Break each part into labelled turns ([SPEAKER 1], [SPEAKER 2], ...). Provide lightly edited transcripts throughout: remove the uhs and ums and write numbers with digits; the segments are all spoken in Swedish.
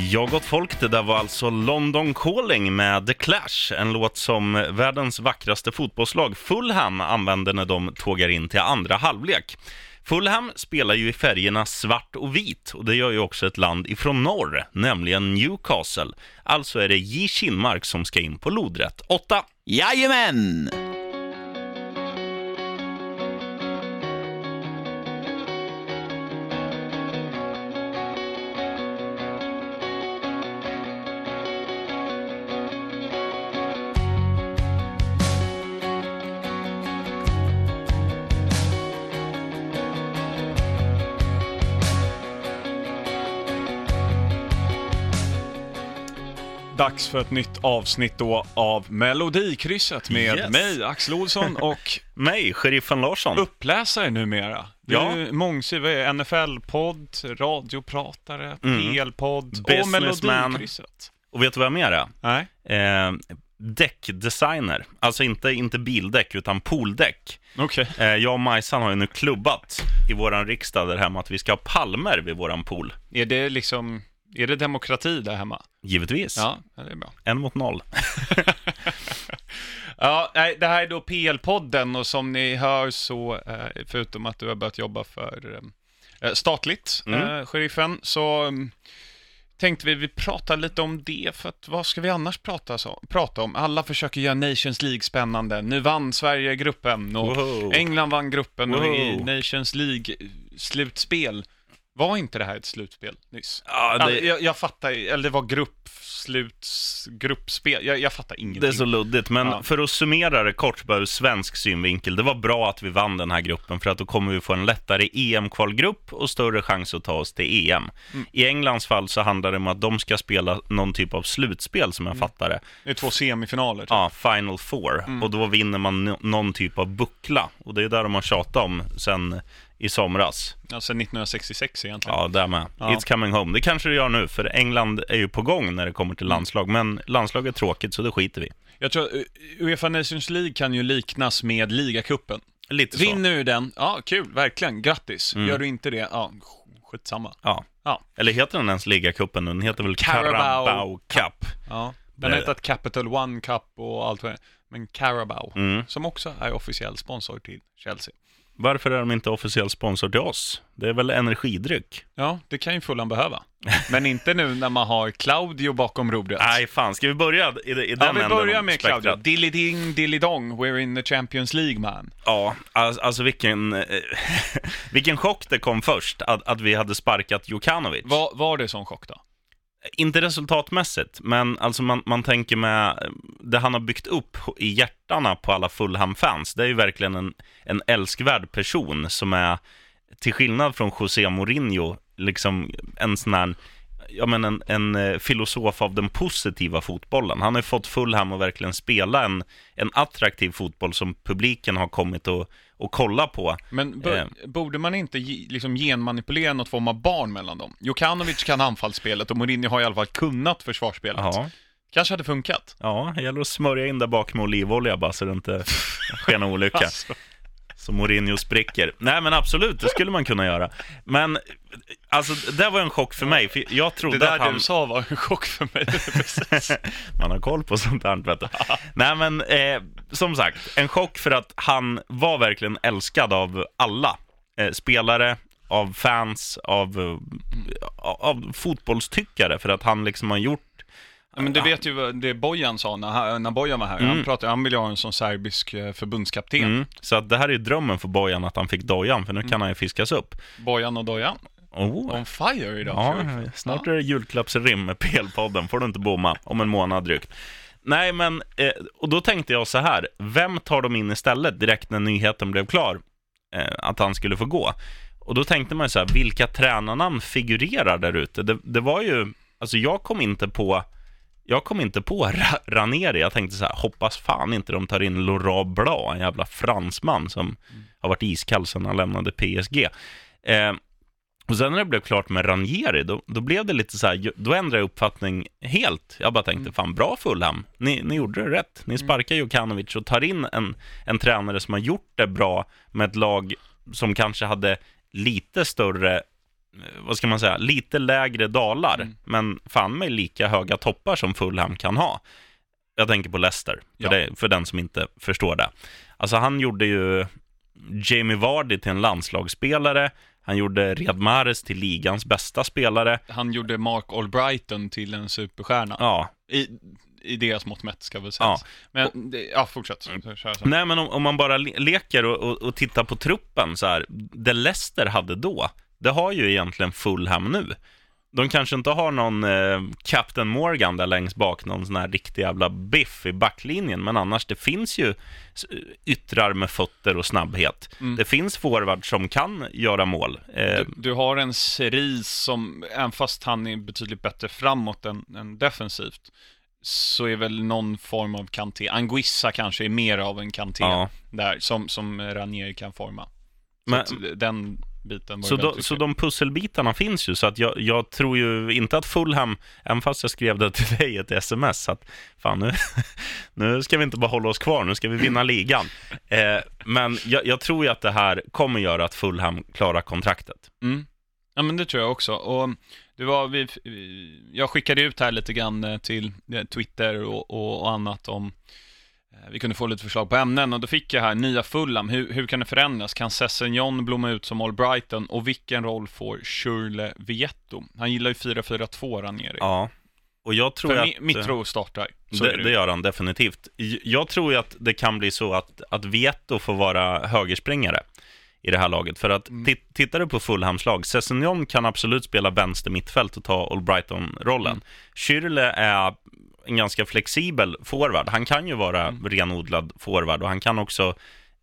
[SPEAKER 1] Ja, gott folk, det där var alltså London Calling med The Clash, en låt som världens vackraste fotbollslag Fulham använder när de tågar in till andra halvlek. Fulham spelar ju i färgerna svart och vit, och det gör ju också ett land ifrån norr, nämligen Newcastle. Alltså är det J. Kinmark som ska in på lodrätt 8.
[SPEAKER 2] Jajamän!
[SPEAKER 3] Dags för ett nytt avsnitt då av Melodikrysset med mig, Axel Olsson, och
[SPEAKER 1] mig, Sheriffen Larsson.
[SPEAKER 3] Uppläsare numera. Du är mångsidig, NFL-podd, radiopratare, PL-podd och Melodikrysset.
[SPEAKER 1] Och vet du vad jag mer är?
[SPEAKER 3] Nej.
[SPEAKER 1] Däckdesigner. Alltså inte bildäck utan pooldäck.
[SPEAKER 3] Okay.
[SPEAKER 1] Jag och Majsan har ju nu klubbat i våran riksdag där hemma att vi ska ha palmer vid våran pool.
[SPEAKER 3] Är det demokrati där hemma?
[SPEAKER 1] Givetvis.
[SPEAKER 3] Ja, det är bra.
[SPEAKER 1] 1-0.
[SPEAKER 3] Ja, det här är då PL-podden, och som ni hör så, förutom att du har börjat jobba för statligt, sheriffen, så tänkte vi prata lite om det, för att vad ska vi annars prata om? Alla försöker göra Nations League spännande. Nu vann Sverige gruppen, och England vann gruppen, och i Nations League-slutspel var inte det här ett slutspel nyss? Ja, jag fattar, eller det var gruppspel. Jag fattar ingenting.
[SPEAKER 1] Det är så luddigt, men för att summera det kort bara ur svensk synvinkel, det var bra att vi vann den här gruppen, för att då kommer vi få en lättare EM-kvalgrupp och större chans att ta oss till EM. I Englands fall så handlar det om att de ska spela någon typ av slutspel, som jag fattar det.
[SPEAKER 3] Det är 2 semifinaler. Typ.
[SPEAKER 1] Ja, Final Four. Och då vinner man någon typ av buckla. Och det är där de har tjatat om sen i somras.
[SPEAKER 3] Alltså 1966 egentligen.
[SPEAKER 1] Ja, där med. Ja. It's coming home. Det kanske det gör nu, för England är ju på gång när det kommer till landslag. Men landslag är tråkigt, så det skiter vi.
[SPEAKER 3] Jag tror UEFA Nations League kan ju liknas med ligacupen.
[SPEAKER 1] Lite så.
[SPEAKER 3] Vinner du den? Ja, kul, verkligen. Grattis. Gör du inte det? Ja, skitsamma.
[SPEAKER 1] Ja. Eller heter den ens ligacupen? Den heter väl Carabao Cup.
[SPEAKER 3] Ja, den heter Capital One Cup och allt vad det är. Men Carabao, som också är officiell sponsor till Chelsea.
[SPEAKER 1] Varför är de inte officiell sponsor till oss? Det är väl energidryck?
[SPEAKER 3] Ja, det kan ju Fulham behöva. Men inte nu när man har Claudio bakom rodret.
[SPEAKER 1] Nej, fan. Ska vi börja i den änden?
[SPEAKER 3] Ja, vi börjar med Claudio. Dilly-ding, dilly-dong, we're in the Champions League, man.
[SPEAKER 1] Ja, alltså vilken chock det kom först att vi hade sparkat Jokanovic.
[SPEAKER 3] Var det sån chock då?
[SPEAKER 1] Inte resultatmässigt, men alltså man tänker med det han har byggt upp i hjärtarna på alla Fulham-fans. Det är ju verkligen en älskvärd person som är, till skillnad från José Mourinho, liksom en sån här, en filosof av den positiva fotbollen. Han har ju fått Fulham att verkligen spela en attraktiv fotboll som publiken har kommit och kolla på.
[SPEAKER 3] Men borde man inte liksom genmanipulera något form av barn mellan dem? Jokanovic kan anfallsspelet och Mourinho har i alla fall kunnat försvarsspelet.
[SPEAKER 1] Ja.
[SPEAKER 3] Kanske hade funkat.
[SPEAKER 1] Ja, det gäller att smörja in där bak med olivolja bara så det inte sker någon olycka.
[SPEAKER 3] Alltså.
[SPEAKER 1] Så Mourinho spricker. Nej, men absolut, det skulle man kunna göra. Men alltså, det var en chock för mig, för jag trodde
[SPEAKER 3] det där
[SPEAKER 1] att han...
[SPEAKER 3] du sa var en chock för mig.
[SPEAKER 1] Man har koll på sånt här, vet du. Nej, men som sagt, en chock för att han var verkligen älskad av alla spelare, av fans, av fotbollstyckare, för att han liksom har gjort...
[SPEAKER 3] Men du vet ju vad det Bojan sa när Bojan var här. Han ville ha en sån serbisk förbundskapten.
[SPEAKER 1] Så att det här är ju drömmen för Bojan, att han fick dojan, för nu kan han ju fiskas upp.
[SPEAKER 3] Bojan och dojan. On fire idag.
[SPEAKER 1] Ja, snart är det julklappsrim med PL-podden. Får du inte bomma om en månad drygt. Nej, men och då tänkte jag så här: vem tar de in istället direkt när nyheten blev klar att han skulle få gå? Och då tänkte man så här, vilka tränarnamn figurerar där ute? Det var ju, alltså jag kom inte på Ranieri. Jag tänkte så här, hoppas fan inte de tar in Laurent Blanc, en jävla fransman som har varit iskall sedan han lämnade PSG. Och sen när det blev klart med Ranieri, då blev det lite så här, då ändrade jag uppfattning helt. Jag bara tänkte, fan bra Fulham. Ni gjorde det rätt. Ni sparkar Jokanovic och tar in en tränare som har gjort det bra med ett lag som kanske hade lite större vad ska man säga, lite lägre dalar, men fan mig lika höga toppar som Fulham kan ha. Jag tänker på Leicester, för den som inte förstår det. Alltså han gjorde ju Jamie Vardy till en landslagsspelare. Han gjorde Riyad Mahrez till ligans bästa spelare.
[SPEAKER 3] Han gjorde Mark Albrighton till en superstjärna.
[SPEAKER 1] Ja.
[SPEAKER 3] I deras mått mätt ska vi säga.
[SPEAKER 1] Ja.
[SPEAKER 3] Men fortsätt.
[SPEAKER 1] Nej, men om man bara leker och tittar på truppen så här, det Leicester hade då, det har ju egentligen Fulham nu. De kanske inte har någon Captain Morgan där längst bak, någon sån här riktig jävla biff i backlinjen, men annars det finns ju yttrar med fötter och snabbhet. Det finns forward som kan göra mål.
[SPEAKER 3] Du har en serie som, även fast han är betydligt bättre framåt än defensivt, så är väl någon form av Kanté. Anguissa kanske är mer av en Kanté där, som Ranieri kan forma.
[SPEAKER 1] Men
[SPEAKER 3] den biten
[SPEAKER 1] så de pusselbitarna finns ju, så att jag tror ju inte att Fulham, även fast jag skrev det till dig ett sms att fan nu ska vi inte bara hålla oss kvar, nu ska vi vinna ligan. Men jag tror ju att det här kommer göra att Fulham klarar kontraktet.
[SPEAKER 3] Ja, men det tror jag också. Och jag skickade ut här lite grann till Twitter och annat om vi kunde få lite förslag på ämnen, och då fick jag här nya Fulham. Hur kan det förändras? Kan Sessegnon blomma ut som Albrighton? Och vilken roll får Shirley Vietto? Han gillar ju 4-4-2 Ranieri.
[SPEAKER 1] Ja, och jag tror att
[SPEAKER 3] Mitro startar.
[SPEAKER 1] Det gör han definitivt. Jag tror ju att det kan bli så att Vietto får vara högerspringare i det här laget. För att tittar du på Fulhams lag, Sessegnon kan absolut spela vänster mittfält och ta Albrighton-rollen. Shirley är en ganska flexibel forward. Han kan ju vara renodlad forward, och han kan också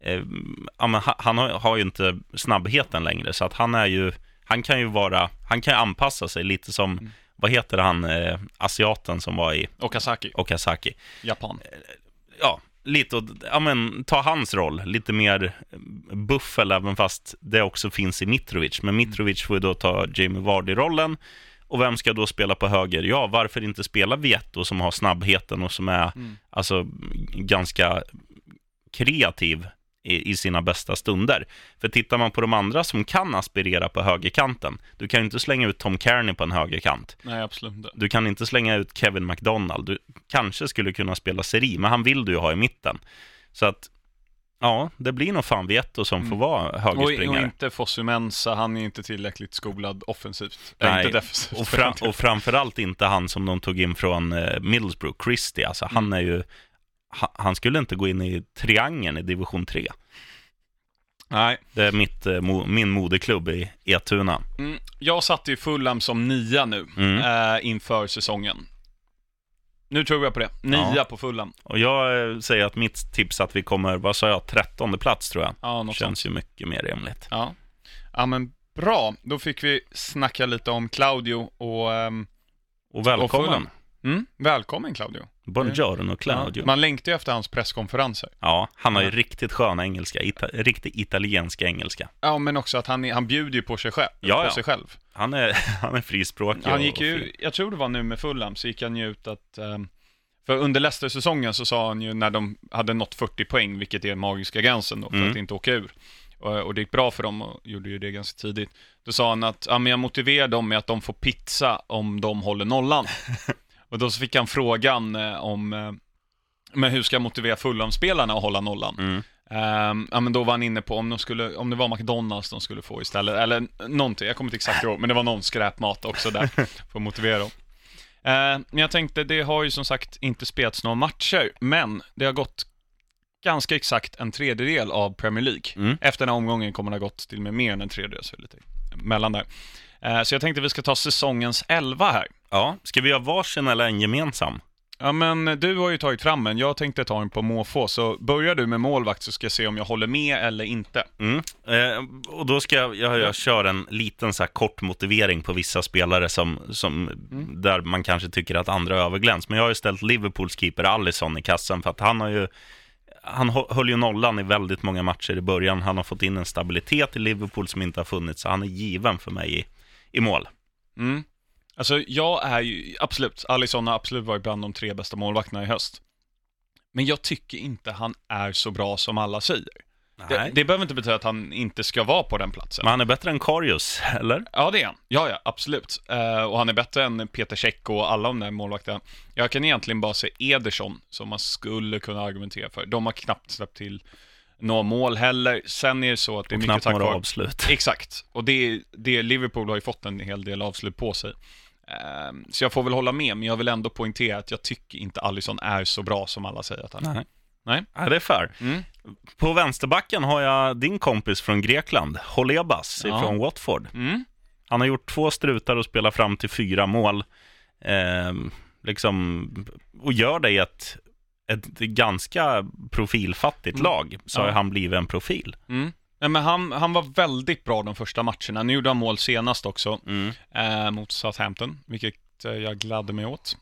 [SPEAKER 1] han har ju inte snabbheten längre, så att han kan anpassa sig lite som vad heter han, asiaten som var i Okazaki.
[SPEAKER 3] Japan.
[SPEAKER 1] Ja, lite ta hans roll, lite mer buffel, även fast det också finns i Mitrovic. Men Mitrovic får ju då ta Jamie Vardy-rollen. Och vem ska då spela på höger? Ja, varför inte spela Vietto som har snabbheten och som är alltså ganska kreativ i sina bästa stunder. För tittar man på de andra som kan aspirera på högerkanten, du kan ju inte slänga ut Tom Kearney på en högerkant.
[SPEAKER 3] Nej, absolut inte.
[SPEAKER 1] Du kan inte slänga ut Kevin McDonald. Du kanske skulle kunna spela Seri, men han vill du ju ha i mitten. Så att ja, det blir nog fan Vietto som får vara högerspringare.
[SPEAKER 3] Och inte Fosu Mensah, han är inte tillräckligt skolad offensivt.
[SPEAKER 1] Nej,
[SPEAKER 3] inte defensivt.
[SPEAKER 1] Och framförallt inte han som de tog in från Middlesbrough, Christie. Alltså han är ju, han skulle inte gå in i triangeln i division 3.
[SPEAKER 3] Nej.
[SPEAKER 1] Det är min moderklubb i Etuna.
[SPEAKER 3] Jag satte ju Fulham som 9 nu inför säsongen. Nu tror jag på det. 9 på Fulham.
[SPEAKER 1] Och jag säger att mitt tips att vi kommer, vad sa jag, 13:e plats tror jag.
[SPEAKER 3] Ja, något
[SPEAKER 1] känns
[SPEAKER 3] sånt.
[SPEAKER 1] ju mycket mer rimligt.
[SPEAKER 3] Ja, men bra. Då fick vi snacka lite om Claudio
[SPEAKER 1] och välkommen.
[SPEAKER 3] Välkommen Claudio.
[SPEAKER 1] Buongiorno Claudio.
[SPEAKER 3] Man längtar ju efter hans presskonferenser.
[SPEAKER 1] Ja, han har ju riktigt sköna engelska, riktigt italienska engelska.
[SPEAKER 3] Ja, men också att han bjuder ju på sig själv. Sig själv.
[SPEAKER 1] Han är frispråkig.
[SPEAKER 3] Han gick ju, jag tror det var nu med Fulham, så gick han ju ut att för under Leicester-säsongen så sa han ju, när de hade nått 40 poäng, vilket är magiska gränsen då, för att inte åka ur, och det gick bra för dem och gjorde ju det ganska tidigt, då sa han att men jag motiverar dem med att de får pizza om de håller nollan. Och då så fick han frågan men hur ska jag motivera Fulham-spelarna att hålla nollan? Men då var han inne på om det var McDonalds de skulle få istället, eller någonting, jag kommer inte exakt ihåg, men det var någon skräpmat också där för att motivera dem. Men jag tänkte, det har ju som sagt inte spelats några matcher, men det har gått ganska exakt en tredjedel av Premier League. Efter den här omgången kommer det ha gått till och med mer än en tredjedel, så lite mellan där. Så jag tänkte vi ska ta säsongens 11 här.
[SPEAKER 1] Ja, ska vi göra varsin eller en gemensam?
[SPEAKER 3] Ja, men du har ju tagit fram en. Jag tänkte ta en på måfå. Så börjar du med målvakt så ska jag se om jag håller med eller inte.
[SPEAKER 1] Och då ska jag köra en liten så här kort motivering på vissa spelare som där man kanske tycker att andra övergläns. Men jag har ju ställt Liverpools keeper Alisson i kassen, för att han höll ju nollan i väldigt många matcher i början. Han har fått in en stabilitet i Liverpool som inte har funnits, så han är given för mig i mål.
[SPEAKER 3] Alltså jag är ju absolut, Alisson har absolut varit bland de 3 bästa målvakterna i höst. Men jag tycker inte han är så bra som alla säger. Det behöver inte betyda att han inte ska vara på den platsen.
[SPEAKER 1] Men han är bättre än Karius, eller?
[SPEAKER 3] Ja, det är han. Ja, absolut. Och han är bättre än Peter Cech och alla de där målvakterna. Jag kan egentligen bara se Ederson som man skulle kunna argumentera för. De har knappt släppt till några mål heller. Sen är det så att det är mycket tack vare
[SPEAKER 1] avslut.
[SPEAKER 3] Exakt. Och det Liverpool har ju fått en hel del avslut på sig. Så jag får väl hålla med, men jag vill ändå poängtera att jag tycker inte Alisson är så bra som alla säger att han är.
[SPEAKER 1] Nej, det är fair. På vänsterbacken har jag din kompis från Grekland, Holebas från Watford. Han har gjort 2 strutar och spelat fram till 4 mål. Och gör det i ett ganska profilfattigt lag, så har han blivit en profil.
[SPEAKER 3] Ja, men han var väldigt bra de första matcherna. Nu gjorde han mål senast också mot Southampton, vilket jag gladde mig åt.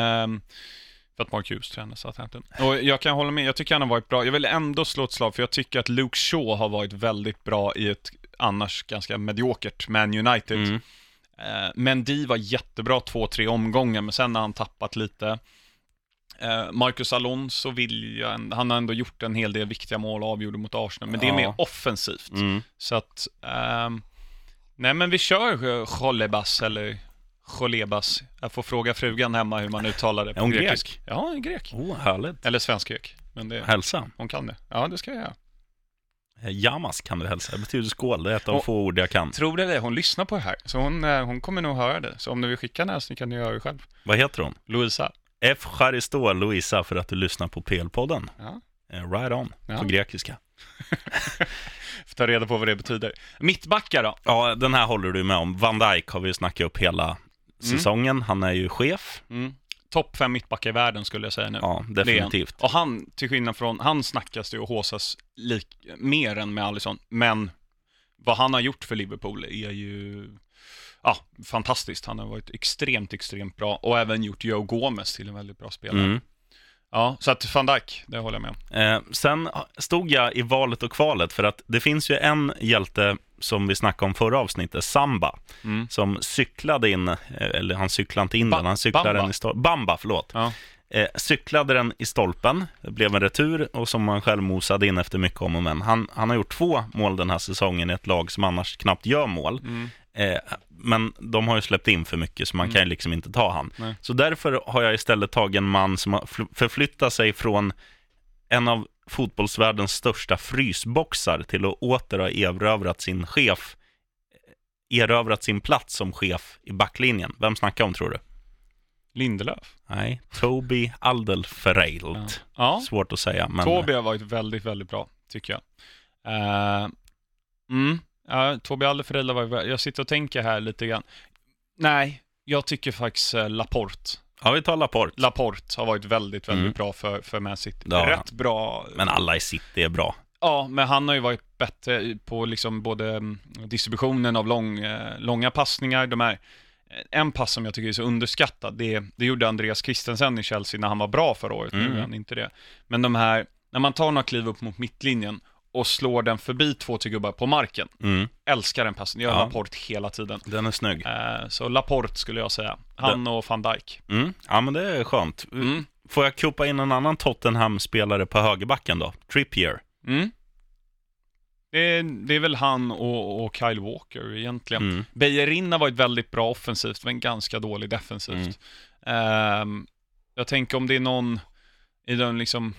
[SPEAKER 3] För att Mark Hughes tränar Southampton. Och jag kan hålla med, jag tycker han har varit bra. Jag vill ändå slå ett slag, för jag tycker att Luke Shaw har varit väldigt bra i ett annars ganska mediokert Man United. Mendy var jättebra 2-3 omgångar, men sen har han tappat lite. Marcus Alonso han har ändå gjort en hel del viktiga mål och avgjorde mot Arsenal, men det är mer offensivt. Så att nej, men vi kör Holebas eller Holebas. Jag får fråga frugan hemma hur man uttalar det på grekisk.
[SPEAKER 1] Grek?
[SPEAKER 3] Ja, grek.
[SPEAKER 1] Härligt.
[SPEAKER 3] Eller svensk-grek. Men
[SPEAKER 1] hälsa.
[SPEAKER 3] Hon kan det. Ja, det ska jag göra.
[SPEAKER 1] Jamas kan du hälsa. Det betyder skål. Det är ett av få ord jag kan.
[SPEAKER 3] Tror det? Hon lyssnar på det här. Så hon kommer nog höra det. Så om du vill skicka en hälsning kan du göra det själv.
[SPEAKER 1] Vad heter hon?
[SPEAKER 3] Louisa.
[SPEAKER 1] F. Charisto Louisa, för att du lyssnar på PL-podden.
[SPEAKER 3] Ja.
[SPEAKER 1] Right on. På grekiska.
[SPEAKER 3] Får ta reda på vad det betyder. Mittbackar då?
[SPEAKER 1] Ja, den här håller du med om. Van Dijk har vi snackat upp hela säsongen. Han är ju chef.
[SPEAKER 3] Topp 5 mittbackar i världen skulle jag säga nu.
[SPEAKER 1] Ja, definitivt.
[SPEAKER 3] Och han, till skillnad från, han snackas det och håsas mer än med Alisson. Men vad han har gjort för Liverpool är ju fantastiskt. Han har varit extremt bra. Och även gjort Joe Gomez till en väldigt bra spelare. Ja, så att Van Dijk, det håller jag med om.
[SPEAKER 1] Sen stod jag i valet och kvalet, för att det finns ju en hjälte som vi snackade om förra avsnittet, Samba, som cyklade in, eller han cyklade inte in den, han cyklade den i stolpen. Bamba, förlåt.
[SPEAKER 3] Ja.
[SPEAKER 1] Cyklade den i stolpen, det blev en retur och som man själv mosade in efter mycket om och men. Han har gjort 2 mål den här säsongen i ett lag som annars knappt gör mål. Men de har ju släppt in för mycket, så man kan ju liksom inte ta han.
[SPEAKER 3] Nej.
[SPEAKER 1] Så därför har jag istället tagit en man som har förflyttat sig från en av fotbollsvärldens största frysboxar till att åter ha erövrat sin plats som chef i backlinjen. Vem snackar om, tror du?
[SPEAKER 3] Lindelöf?
[SPEAKER 1] Nej, Toby Alderweireld.
[SPEAKER 3] Ja.
[SPEAKER 1] Svårt att säga. Men...
[SPEAKER 3] Toby har varit väldigt, väldigt bra, tycker jag. Toby Alderweireld har varit... Jag sitter och tänker här lite grann. Nej, jag tycker faktiskt Laporte.
[SPEAKER 1] Ja, vi tar Laporte.
[SPEAKER 3] Laporte har varit väldigt, väldigt bra för Man City. Ja. Rätt bra.
[SPEAKER 1] Men alla i City är bra.
[SPEAKER 3] Ja, men han har ju varit bättre på liksom både distributionen av långa passningar. En pass som jag tycker är så underskattad, det gjorde Andreas Christensen i Chelsea när han var bra förra året. Nu är han inte det. Men de här, när man tar några kliv upp mot mittlinjen och slår den förbi 2-3 gubbar på marken. Älskar den passen. Jag gör Laporte hela tiden.
[SPEAKER 1] Den är snygg.
[SPEAKER 3] Så Laporte skulle jag säga. Han och Van Dijk.
[SPEAKER 1] Ja, men det är skönt. Får jag kuppa in en annan Tottenham-spelare på högerbacken då? Trippier.
[SPEAKER 3] Det är väl han och Kyle Walker egentligen. Bellerin har varit väldigt bra offensivt, men ganska dålig defensivt. Jag tänker om det är någon i den liksom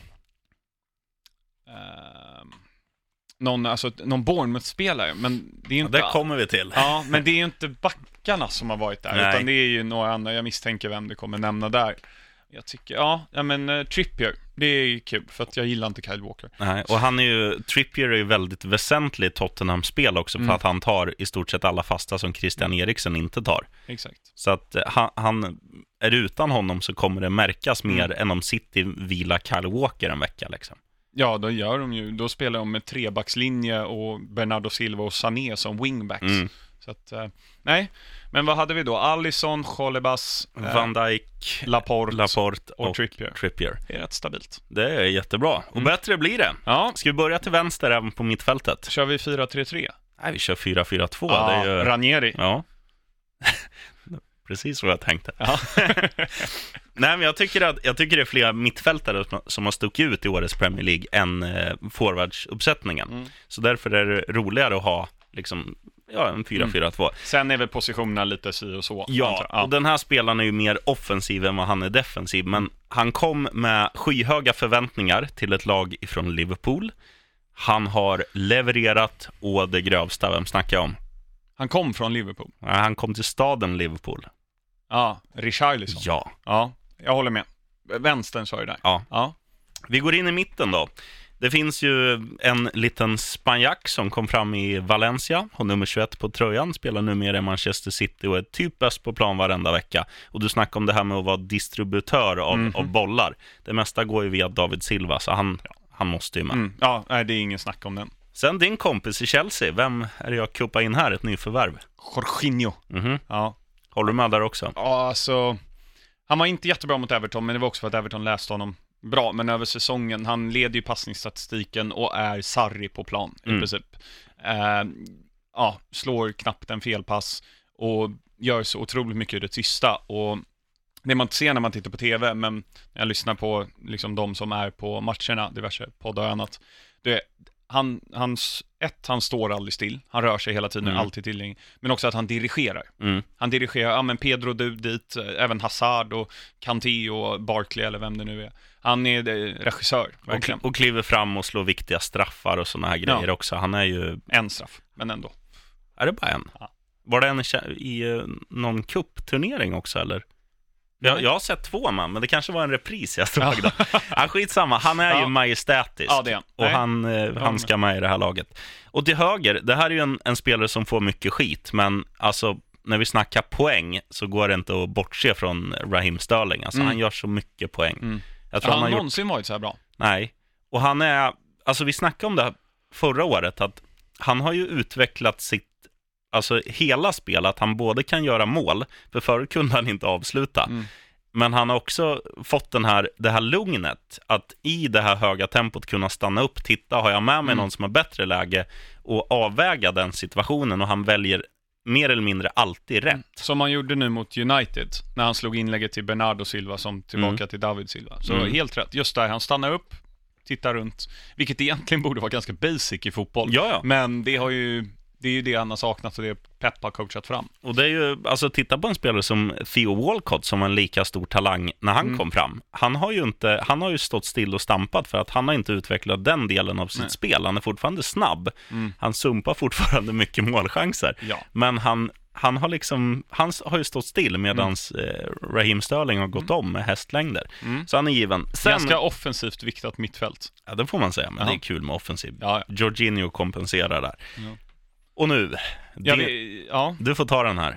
[SPEAKER 3] någon Bournemouth-spelare, men det är inte...
[SPEAKER 1] det kommer vi till.
[SPEAKER 3] Ja, men det är ju inte backarna som har varit där. Nej. Utan det är ju några andra, jag misstänker vem det kommer nämna där. Jag tycker, Trippier, det är kul, för att jag gillar inte Kyle Walker. Nej,
[SPEAKER 1] och Trippier är ju väldigt väsentlig i Tottenham-spel också, för att han tar i stort sett alla fasta som Christian Eriksen inte tar.
[SPEAKER 3] Exakt.
[SPEAKER 1] Så att han är utan honom så kommer det märkas mer än om City vilar Kyle Walker en vecka liksom.
[SPEAKER 3] Ja, då spelar de med 3-backslinje och Bernardo Silva och Sané som wingbacks. Så att, nej. Men vad hade vi då? Alisson, Holebas,
[SPEAKER 1] Van Dijk,
[SPEAKER 3] Laporte och Trippier. Det är rätt stabilt.
[SPEAKER 1] Det är jättebra. Och bättre blir det.
[SPEAKER 3] Ja.
[SPEAKER 1] Ska vi börja till vänster även på mittfältet?
[SPEAKER 3] Kör vi 4-3-3?
[SPEAKER 1] Nej, vi kör 4-4-2.
[SPEAKER 3] Ja,
[SPEAKER 1] det är ju...
[SPEAKER 3] Ranieri.
[SPEAKER 1] Ja. precis vad jag tänkte.
[SPEAKER 3] Ja.
[SPEAKER 1] Nej, men jag tycker det är flera mittfältare som har stuckit ut i årets Premier League än forwardsuppsättningen. Så därför är det roligare att ha liksom, en 4-4-2.
[SPEAKER 3] Sen är väl positionerna lite si och så.
[SPEAKER 1] Ja, och den här spelaren är ju mer offensiv än vad han är defensiv. Men han kom med skyhöga förväntningar till ett lag ifrån Liverpool. Han har levererat, och det grövsta, vem snackar jag om?
[SPEAKER 3] Han kom från Liverpool.
[SPEAKER 1] Ja, han kom till staden Liverpool.
[SPEAKER 3] Ja, Richarlison. Ja, jag håller med. Vänstern sa ju där.
[SPEAKER 1] Ja. Vi går in i mitten då. Det finns ju en liten spanjack som kom fram i Valencia, har nummer 21 på tröjan, spelar numera i Manchester City och är typ bäst på plan varenda vecka. Och du snackar om det här med att vara distributör av bollar. Det mesta går ju via David Silva, så han måste ju med.
[SPEAKER 3] Ja, nej, det är ingen snack om den.
[SPEAKER 1] Sen din kompis i Chelsea, vem är det jag kuppar in här? Ett nyförvärv?
[SPEAKER 3] Jorginho. Ja.
[SPEAKER 1] Håller du med där också?
[SPEAKER 3] Ja, alltså, han var inte jättebra mot Everton, men det var också för att Everton läste honom bra. Men över säsongen, han leder ju passningsstatistiken och är Sarri på plan i princip. Slår knappt en felpass och gör så otroligt mycket i det tysta. Och det man inte ser när man tittar på tv, men när jag lyssnar på liksom de som är på matcherna, diverse poddar och annat, det är han står aldrig still. Han rör sig hela tiden, alltid tillgänglig. Men också att han dirigerar. Han dirigerar, men Pedro du dit, även Hazard och Kanté och Barkley eller vem det nu är. Han är regissör.
[SPEAKER 1] Och kliver fram och slår viktiga straffar och såna här grejer också. Han är ju...
[SPEAKER 3] En straff, men ändå.
[SPEAKER 1] Är det bara en?
[SPEAKER 3] Ja.
[SPEAKER 1] Var det en i någon cupturnering också, eller? Jag har sett 2, men det kanske var en repris jag såg då. Skitsamma, han är ju majestätisk.
[SPEAKER 3] Ja, det är han.
[SPEAKER 1] Och han ska med i det här laget. Och till höger, det här är ju en spelare som får mycket skit. Men alltså, när vi snackar poäng så går det inte att bortse från Raheem Sterling. Alltså, han gör så mycket poäng. Jag tror
[SPEAKER 3] han har någonsin varit så här bra.
[SPEAKER 1] Nej, och han är... Alltså, vi snackade om det här förra året, att han har ju utvecklat sitt... Alltså hela spel, att han både kan göra mål, för förut kunde han inte avsluta. Men han har också fått det här lugnet, att i det här höga tempot kunna stanna upp, titta, har jag med mig någon som har bättre läge, och avväga den situationen, och han väljer mer eller mindre alltid rätt.
[SPEAKER 3] Som han gjorde nu mot United, när han slog inlägget till Bernardo Silva som tillbaka till David Silva. Så helt rätt, just där, han stannar upp, tittar runt, vilket egentligen borde vara ganska basic i fotboll.
[SPEAKER 1] Ja.
[SPEAKER 3] Men det är ju det han har saknat, och det Pep har coachat fram.
[SPEAKER 1] Och det är ju, alltså titta på en spelare som Theo Walcott, som var en lika stor talang när han kom fram. Han har ju stått still och stampat, för att han har inte utvecklat den delen av sitt spel. Han är fortfarande snabb. Han sumpar fortfarande mycket målchanser.
[SPEAKER 3] Ja.
[SPEAKER 1] Men han har ju stått still, medan Raheem Sterling har gått om med hästlängder. Så han är given.
[SPEAKER 3] Ganska offensivt viktat mittfält.
[SPEAKER 1] Ja, det får man säga, men det är kul med offensiv.
[SPEAKER 3] Ja.
[SPEAKER 1] Jorginho kompenserar där. Och nu, du får ta den här.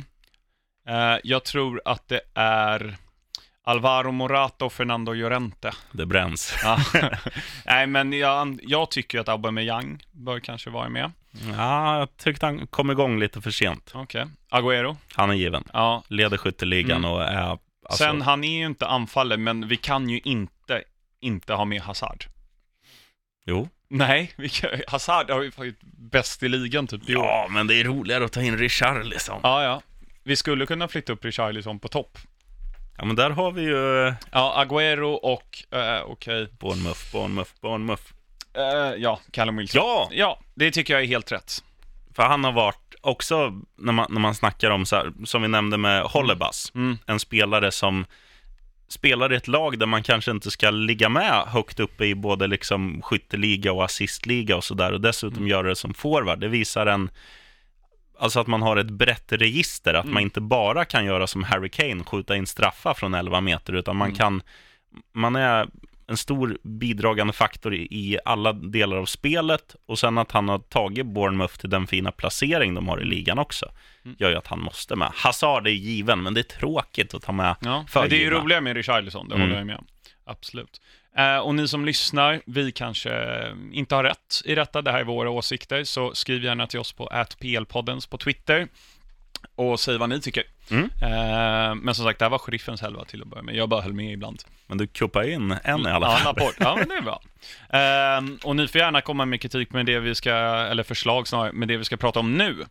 [SPEAKER 3] Jag tror att det är Alvaro Morata och Fernando Llorente.
[SPEAKER 1] Det bränns.
[SPEAKER 3] Nej, men jag tycker att Aubameyang bör kanske vara med.
[SPEAKER 1] Ja, jag tyckte han kom igång lite för sent.
[SPEAKER 3] Okej. Agüero.
[SPEAKER 1] Han är given.
[SPEAKER 3] Ja.
[SPEAKER 1] Leder skytteligan och är... Alltså...
[SPEAKER 3] Sen, han är ju inte anfallet, men vi kan ju inte ha med Hazard.
[SPEAKER 1] Jo.
[SPEAKER 3] Nej, Hazard har ju varit bäst i ligan typ i år.
[SPEAKER 1] Ja, men det är roligare att ta in Richarlison.
[SPEAKER 3] Ja. Vi skulle kunna flytta upp Richarlison på topp.
[SPEAKER 1] Ja, men där har vi ju...
[SPEAKER 3] Ja, Agüero och... okej.
[SPEAKER 1] Bournemouth.
[SPEAKER 3] Callum Wilson. Ja, det tycker jag är helt rätt.
[SPEAKER 1] För han har varit också, när man snackar om så här, som vi nämnde med Holebas, en spelare som spelar i ett lag där man kanske inte ska ligga med högt uppe i både liksom skytteliga och assistliga och sådär, och dessutom göra det som forward. Det visar alltså att man har ett brett register, att man inte bara kan göra som Harry Kane, skjuta in straffar från 11 meter, utan man är en stor bidragande faktor i alla delar av spelet, och sen att han har tagit Bournemouth till den fina placering de har i ligan också, gör ju att han måste med. Hazard är given, men det är tråkigt att ta med.
[SPEAKER 3] Ja, det är ju roligare med Richarlison, det håller jag med om. Absolut. Och ni som lyssnar, vi kanske inte har rätt i detta, det här är våra åsikter, så skriv gärna till oss på @plpoddens på Twitter och säg vad ni tycker. Men som sagt, det här var sheriffens helva till att börja med. Jag bara höll med ibland.
[SPEAKER 1] Men du kuppar in en i alla fall.
[SPEAKER 3] Ja, men det är bra. Och ni får gärna komma med kritik med det vi ska, eller förslag snarare, med det vi ska prata om nu.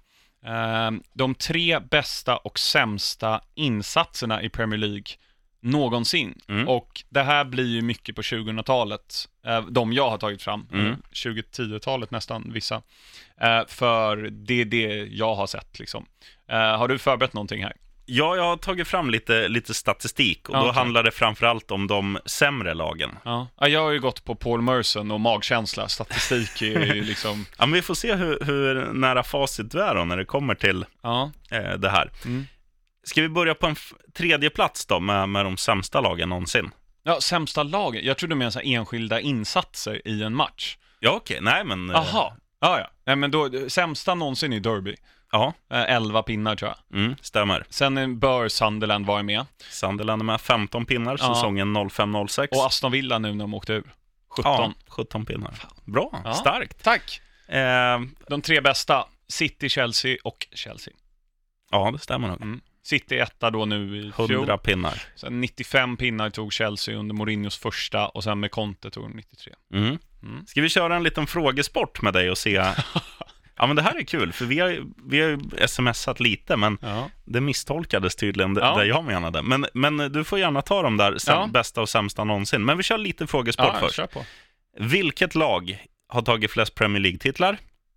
[SPEAKER 3] De 3 bästa och sämsta insatserna i Premier League någonsin. Och det här blir ju mycket på 2000-talet. De jag har tagit fram. 2010-talet nästan, vissa. För det är det jag har sett liksom. Har du förberett någonting här?
[SPEAKER 1] Ja, jag har tagit fram lite statistik. Och då handlar det framförallt om de sämre lagen.
[SPEAKER 3] Ja, jag har ju gått på Paul Merson och magkänsla. Statistik är ju liksom...
[SPEAKER 1] Ja, men vi får se hur nära facit du är då när det kommer till det här. Ska vi börja på en tredje plats då med de sämsta lagen någonsin?
[SPEAKER 3] Ja, sämsta lagen. Jag tror du menar så här enskilda insatser i en match.
[SPEAKER 1] Ja, okej. Nej, men...
[SPEAKER 3] Aha. Ja. Nej, men då, sämsta någonsin i Derby.
[SPEAKER 1] Ja.
[SPEAKER 3] 11 pinnar tror jag.
[SPEAKER 1] Stämmer.
[SPEAKER 3] Sen bör Sunderland vara med.
[SPEAKER 1] Sunderland är med 15 pinnar säsongen 05-06.
[SPEAKER 3] Och Aston Villa nu när de åkte ur. 17.
[SPEAKER 1] Ja, 17 pinnar. Bra, starkt.
[SPEAKER 3] Tack. De 3 bästa, City, Chelsea och Chelsea.
[SPEAKER 1] Ja, det stämmer nog.
[SPEAKER 3] City etta då nu i
[SPEAKER 1] 100 pinnar.
[SPEAKER 3] Sen 95 pinnar tog Chelsea under Mourinhos första. Och sen med Conte tog de 93.
[SPEAKER 1] Ska vi köra en liten frågesport med dig och se... Ja, men det här är kul, för vi har ju smsat lite, men det misstolkades tydligen det jag menade. Men du får gärna ta dem där bästa och sämsta någonsin. Men vi kör lite frågesport först.
[SPEAKER 3] Kör på.
[SPEAKER 1] Vilket lag har tagit flest Premier League-titlar?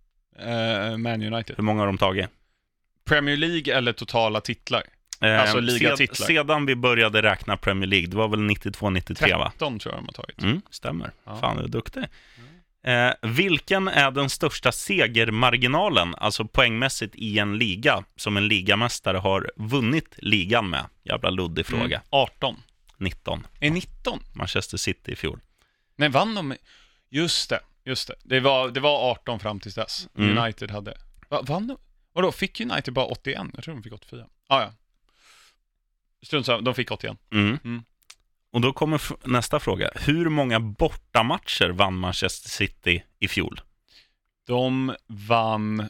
[SPEAKER 3] Man United.
[SPEAKER 1] Hur många har de tagit?
[SPEAKER 3] Premier League eller totala titlar? Alltså ligatitlar.
[SPEAKER 1] Sedan vi började räkna Premier League, det var väl 92-93 va?
[SPEAKER 3] 13 tror jag de har tagit.
[SPEAKER 1] Stämmer. Fan, du är duktig. Vilken är den största segermarginalen, alltså poängmässigt i en liga, som en ligamästare har vunnit ligan med? Jävla luddig fråga.
[SPEAKER 3] 18.
[SPEAKER 1] 19.
[SPEAKER 3] Är 19?
[SPEAKER 1] Manchester City i fjol.
[SPEAKER 3] Nej, vann de? Just det. Det var 18 fram till dess. United hade... Vann de? Och då fick United bara 81? Jag tror de fick 84. Ja. Strunt så, de fick 81.
[SPEAKER 1] Och då kommer nästa fråga. Hur många bortamatcher vann Manchester City i fjol?
[SPEAKER 3] De vann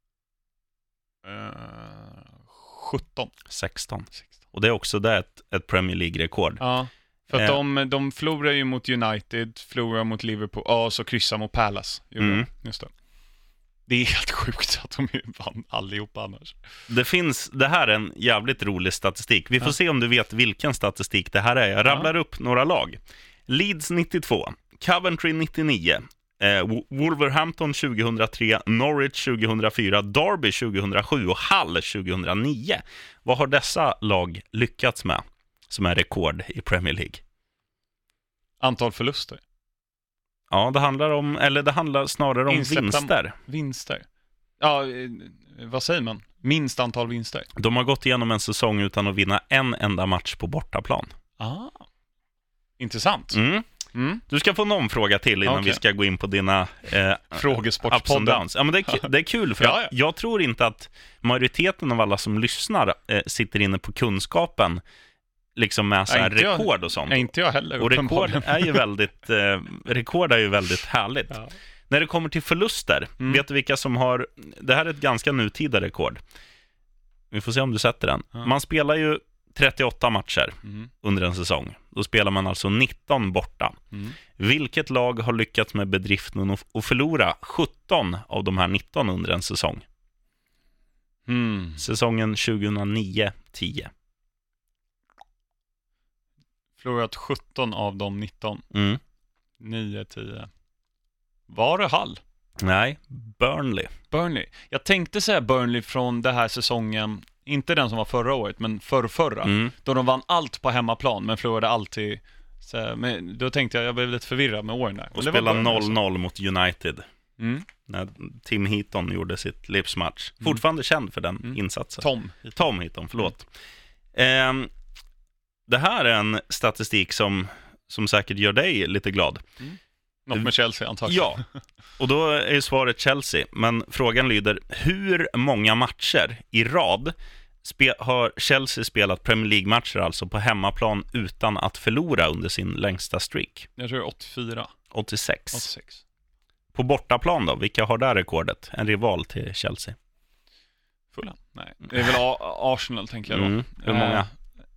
[SPEAKER 3] 17.
[SPEAKER 1] 16. Och det är också där ett Premier League-rekord.
[SPEAKER 3] Ja, för att de förlorar ju mot United, förlorar mot Liverpool, och så kryssar mot Palace. Just det. Det är helt sjukt att de vann allihopa annars. Det här är en jävligt rolig statistik. Vi får se om du vet vilken statistik det här är. Jag rabblar upp några lag. Leeds 92, Coventry 99, Wolverhampton 2003, Norwich 2004, Derby 2007 och Hull 2009. Vad har dessa lag lyckats med som är rekord i Premier League? Antal förluster.
[SPEAKER 1] Ja, det handlar snarare om
[SPEAKER 3] vinster. Ja, vad säger man? Minst antal vinster.
[SPEAKER 1] De har gått igenom en säsong utan att vinna en enda match på bortaplan.
[SPEAKER 3] Intressant.
[SPEAKER 1] Du ska få någon fråga till innan vi ska gå in på dina
[SPEAKER 3] frågesportspodden.
[SPEAKER 1] Ja, men det är kul för att jag tror inte att majoriteten av alla som lyssnar sitter inne på kunskapen liksom med så här rekord och sånt.
[SPEAKER 3] Inte jag heller.
[SPEAKER 1] Och rekord är ju väldigt härligt. Ja. När det kommer till förluster, vet du vilka som har... Det här är ett ganska nutida rekord. Vi får se om du sätter den. Man spelar ju 38 matcher under en säsong. Då spelar man alltså 19 borta. Vilket lag har lyckats med bedriften att förlora 17 av de här 19 under en säsong? Säsongen 2009-10.
[SPEAKER 3] Förlorat 17 av de 19. 9-10. Var det Hull?
[SPEAKER 1] Nej, Burnley. Jag
[SPEAKER 3] tänkte säga Burnley från det här säsongen. Inte den som var förra året, men förra. Då de vann allt på hemmaplan, men förlorade alltid. Så, men då tänkte jag blev lite förvirrad med åren där.
[SPEAKER 1] Och spelade 0-0 mot United. När Tim Heaton gjorde sitt livsmatch. Fortfarande känd för den insatsen. Tom Heaton, förlåt. Det här är en statistik som säkert gör dig lite glad.
[SPEAKER 3] Något med Chelsea antagligen.
[SPEAKER 1] Ja, och då är ju svaret Chelsea. Men frågan lyder, hur många matcher i rad har Chelsea spelat Premier League-matcher alltså på hemmaplan utan att förlora under sin längsta streak?
[SPEAKER 3] Jag tror 84.
[SPEAKER 1] 86. På bortaplan då, vilka har där rekordet? En rival till Chelsea.
[SPEAKER 3] Fulham? Nej, det är väl Arsenal tänker jag då.
[SPEAKER 1] Hur många?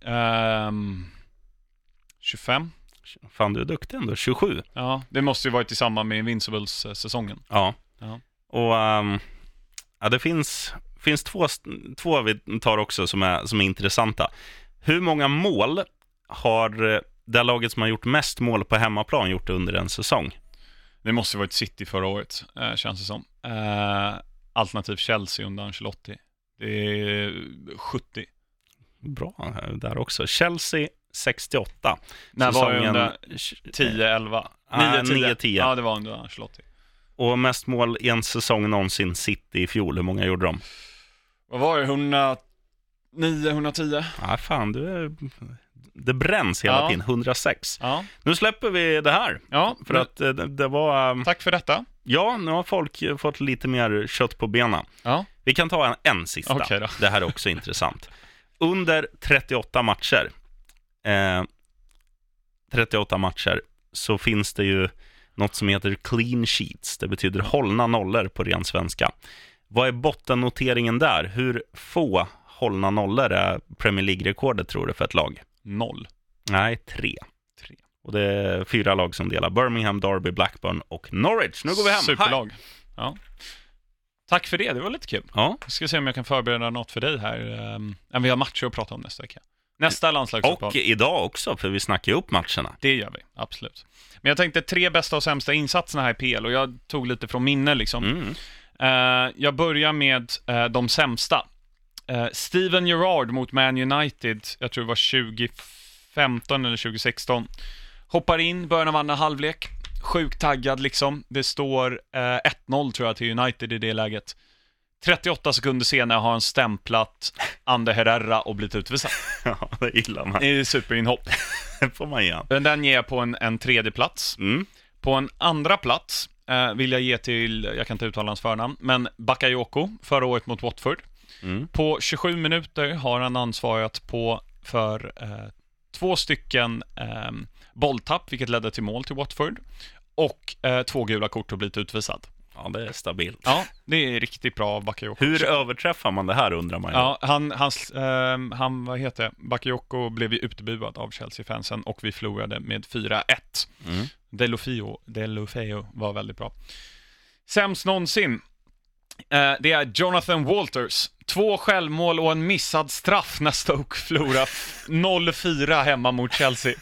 [SPEAKER 3] 25.
[SPEAKER 1] Fan, du är duktig ändå. 27.
[SPEAKER 3] Ja, det måste ju varit i samband med Invincibles-säsongen.
[SPEAKER 1] Ja. Och det finns finns två vi tar också som är intressanta. Hur många mål har det laget som har gjort mest mål på hemmaplan gjort under en säsong?
[SPEAKER 3] Det måste varit City förra året, känns det som. Alternativ Chelsea under Ancelotti. Det är 70.
[SPEAKER 1] Bra där också. Chelsea 68.
[SPEAKER 3] När var det under 10-11? 9-10. Ja, det var under Ancelotti.
[SPEAKER 1] Och mest mål i en säsong någonsin City i fjol. Hur många gjorde de?
[SPEAKER 3] Vad var det? 110?
[SPEAKER 1] Ja, fan, det bränns hela tiden. 106.
[SPEAKER 3] Ja.
[SPEAKER 1] Nu släpper vi det här.
[SPEAKER 3] Ja,
[SPEAKER 1] för att det var...
[SPEAKER 3] Tack för detta.
[SPEAKER 1] Ja, nu har folk fått lite mer kött på benen.
[SPEAKER 3] Ja.
[SPEAKER 1] Vi kan ta en sista.
[SPEAKER 3] Okay,
[SPEAKER 1] det här är också intressant. Under 38 matcher 38 matcher så finns det ju något som heter clean sheets. Det betyder hållna nollor på ren svenska. Vad är bottennoteringen där? Hur få hållna nollor är Premier League-rekordet, tror du, för ett lag?
[SPEAKER 3] 0.
[SPEAKER 1] Nej, 3. Och det är 4 lag som delar. Birmingham, Derby, Blackburn och Norwich. Nu går vi hem.
[SPEAKER 3] Superlag. Ja. Tack för det var lite kul.
[SPEAKER 1] Ja.
[SPEAKER 3] Jag ska se om jag kan förbereda något för dig här. Vi har matcher att prata om nästa vecka. Nästa landslagsuppehåll.
[SPEAKER 1] Och idag också, för vi snackar ju upp matcherna.
[SPEAKER 3] Det gör vi, absolut. Men jag tänkte 3 bästa och sämsta insatserna här i PL, och jag tog lite från minne liksom. Jag börjar med de sämsta. Steven Gerrard mot Man United, jag tror det var 2015 eller 2016. Hoppar in, början av andra halvlek. Sjukt taggad liksom. Det står 1-0 tror jag till United i det läget. 38 sekunder senare har han stämplat Ander Herrera och blivit utvisad.
[SPEAKER 1] Ja, det gillar man.
[SPEAKER 3] Det är superinhopp.
[SPEAKER 1] Det får man igen.
[SPEAKER 3] Den ger jag på en tredje plats. På en andra plats vill jag ge till, jag kan inte uttala hans förnamn, men Bakayoko förra året mot Watford. På 27 minuter har han ansvarat för 2 stycken bolltapp, vilket ledde till mål till Watford, och 2 gula kort och blivit utvisad.
[SPEAKER 1] Ja, det är stabilt.
[SPEAKER 3] Ja, det är riktigt bra av Bakayoko.
[SPEAKER 1] Hur överträffar man det här, undrar man ju.
[SPEAKER 3] Ja, han vad heter det? Bakayoko blev ju utbuad av Chelsea-fansen och vi förlorade med 4-1. Delofeo var väldigt bra. Sämst någonsin. Det är Jonathan Walters. 2 självmål och en missad straff när Stoke förlorar 0-4 hemma mot Chelsea.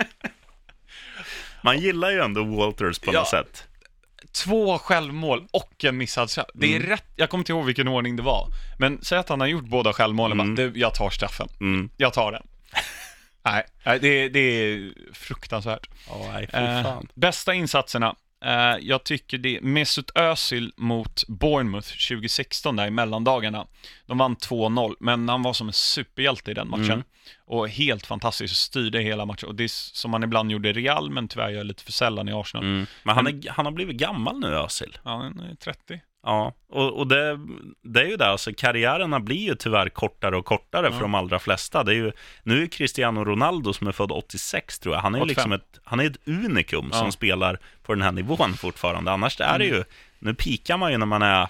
[SPEAKER 1] Man gillar ju ändå Walters på något sätt.
[SPEAKER 3] 2 självmål och en missad straff. Det är rätt, jag kommer inte ihåg vilken ordning det var. Men säg att han har gjort båda självmålen. Jag tar straffen. Jag tar den. Nej, det är fruktansvärt.
[SPEAKER 1] Nej, fan.
[SPEAKER 3] Bästa insatserna. Jag tycker det är Mesut Özil mot Bournemouth 2016 där i mellandagarna. De vann 2-0, men han var som en superhjälte i den matchen. Och helt fantastiskt, styrde hela matchen. Och det är som han ibland gjorde i Real, men tyvärr gör lite för sällan i Arsenal.
[SPEAKER 1] Men han har blivit gammal nu, Özil.
[SPEAKER 3] Ja, han är 30.
[SPEAKER 1] Ja, och det är ju det, alltså karriärerna blir ju tyvärr kortare och kortare för de allra flesta. Det är ju, nu är Cristiano Ronaldo som är född 86 tror jag, han är liksom han är ett unikum som spelar på den här nivån fortfarande. Annars är det ju, nu pikar man ju när man är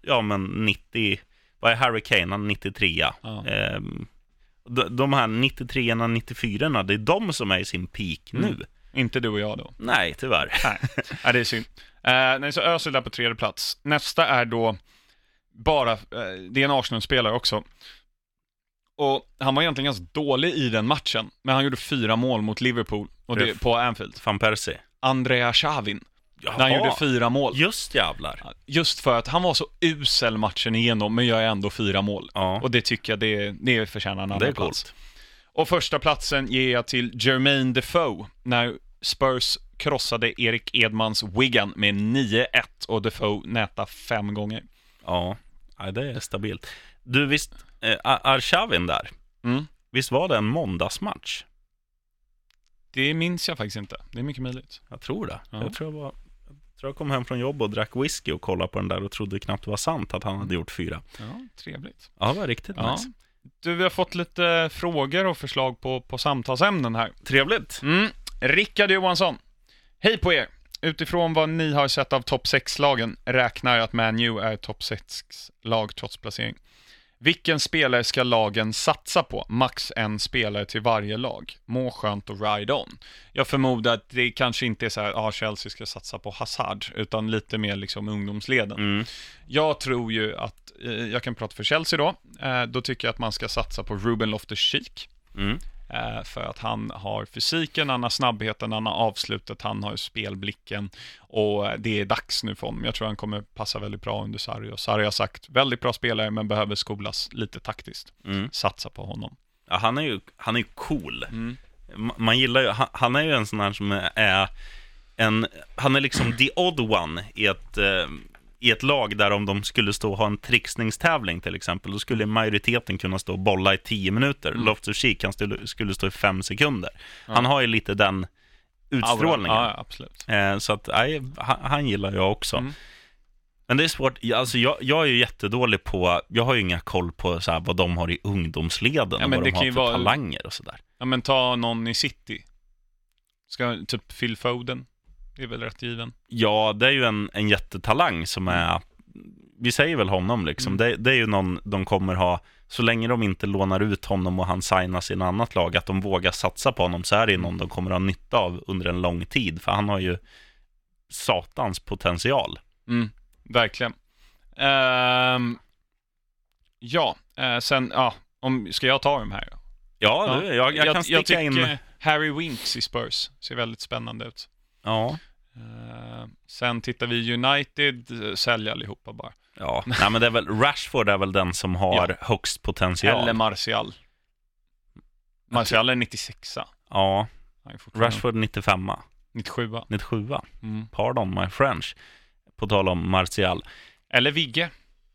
[SPEAKER 1] 90, vad är Harry Kane, han är 93. De här 93-orna, 94-orna, det är de som är i sin peak nu.
[SPEAKER 3] Inte du och jag då.
[SPEAKER 1] Nej, tyvärr.
[SPEAKER 3] Nej, det är synd. Så Özil där på 3:e plats. Nästa är då det är en Arsenal-spelare också. Och han var egentligen ganska dålig i den matchen, men han gjorde 4 mål mot Liverpool och det på Anfield.
[SPEAKER 1] Van Persie.
[SPEAKER 3] Andrea Xhavin. När han gjorde 4 mål.
[SPEAKER 1] Just jävlar.
[SPEAKER 3] Just för att han var så usel matchen igenom, men gör ändå 4 mål. Och det tycker jag det förtjänar en annan plats. Och första platsen ger jag till Jermaine Defoe när Spurs krossade Erik Edmans Wigan med 9-1 och Defoe näta 5 gånger.
[SPEAKER 1] Ja, det är stabilt. Du, visst, Arshavin där, visst var det en måndagsmatch?
[SPEAKER 3] Det minns jag faktiskt inte. Det är mycket möjligt.
[SPEAKER 1] Jag tror det. Jag tror jag kom hem från jobb och drack whisky och kollade på den där och trodde knappt det var sant att han hade gjort 4.
[SPEAKER 3] Ja, trevligt.
[SPEAKER 1] Ja, det var riktigt nice.
[SPEAKER 3] Du, vi har fått lite frågor och förslag på samtalsämnen här.
[SPEAKER 1] Trevligt.
[SPEAKER 3] Rickard Johansson. Hej på er. Utifrån vad ni har sett av topp 6-lagen räknar jag att Man U är topp 6-lag trots placering. Vilken spelare ska lagen satsa på? Max en spelare till varje lag. Må skönt och ride on. Jag förmodar att det kanske inte är så här, Chelsea ska satsa på Hazard, utan lite mer liksom ungdomsleden. Jag tror ju att, jag kan prata för Chelsea då tycker jag att man ska satsa på Ruben Loftus-Cheek. För att han har fysiken, han har snabbheten, han har avslutet, han har spelblicken, och det är dags nu för honom. Jag tror han kommer passa väldigt bra under Sarri, och Sarri har sagt väldigt bra spelare men behöver skolas lite taktiskt. Satsa på honom.
[SPEAKER 1] Ja, han är ju cool. Man gillar ju, han är ju en sån här som är han är liksom the odd one i ett lag där om de skulle stå och ha en trixningstävling till exempel, då skulle majoriteten kunna stå och bolla i 10 minuter. Loftus-Cheek, han skulle stå i 5 sekunder. Han har ju lite den utstrålningen.
[SPEAKER 3] Ja, absolut.
[SPEAKER 1] Så att han gillar jag också. Men det är svårt, alltså jag är ju jättedålig på, jag har ju inga koll på så här, vad de har i ungdomsleden och vad de har för talanger och sådär.
[SPEAKER 3] Ja, men ta någon i City. Ska typ Phil Foden. Det är väl rätt given. Ja,
[SPEAKER 1] det är ju en jättetalang som är, vi säger väl honom liksom. Det är ju någon de kommer ha, så länge de inte lånar ut honom och han signas i en annat lag, att de vågar satsa på honom, så är det någon de kommer ha nytta av under en lång tid, för han har ju satans potential.
[SPEAKER 3] Verkligen. Ska jag ta dem här då?
[SPEAKER 1] Ja. Jag kan sticka in.
[SPEAKER 3] Harry Winks i Spurs ser väldigt spännande ut.
[SPEAKER 1] Ja.
[SPEAKER 3] Sen tittar vi United, sälja allihopa bara.
[SPEAKER 1] Ja, nej, men det är väl Rashford är väl den som har högst potential.
[SPEAKER 3] Eller Martial. Martial är 96.
[SPEAKER 1] Ja. Rashford 95.
[SPEAKER 3] 97.
[SPEAKER 1] Pardon my French. På tal om Martial.
[SPEAKER 3] Eller Vigge.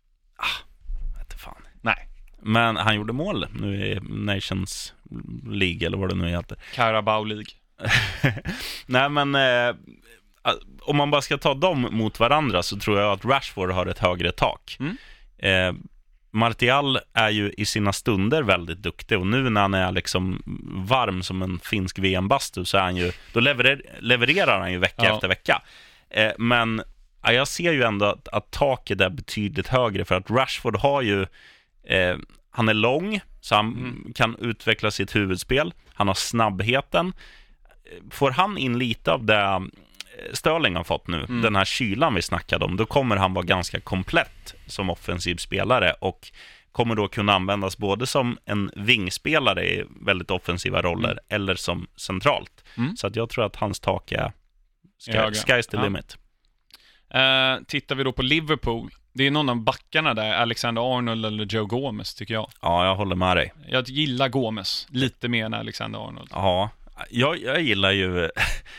[SPEAKER 1] Vet fan.
[SPEAKER 3] Nej.
[SPEAKER 1] Men han gjorde mål nu i Nations League eller vad det nu heter.
[SPEAKER 3] Carabao League.
[SPEAKER 1] Nej, men om man bara ska ta dem mot varandra så tror jag att Rashford har ett högre tak. Martial är ju i sina stunder väldigt duktig, och nu när han är liksom varm som en finsk VM-bastu så är han ju, då levererar han ju vecka efter vecka. Men jag ser ju ändå att taket är betydligt högre, för att Rashford har ju han är lång, så han kan utveckla sitt huvudspel. Han har snabbheten. Får han in lite av det Sterling har fått nu, den här kylan vi snackade om, då kommer han vara ganska komplett som offensiv spelare, och kommer då kunna användas både som en vingspelare i väldigt offensiva roller eller som centralt. Så att jag tror att hans tak är sky's the limit.
[SPEAKER 3] Tittar vi då på Liverpool, det är någon av backarna där, Alexander-Arnold eller Joe Gomez tycker jag.
[SPEAKER 1] Ja, jag håller med dig.
[SPEAKER 3] Jag gillar Gomez lite mer än Alexander-Arnold.
[SPEAKER 1] Ja, jag gillar ju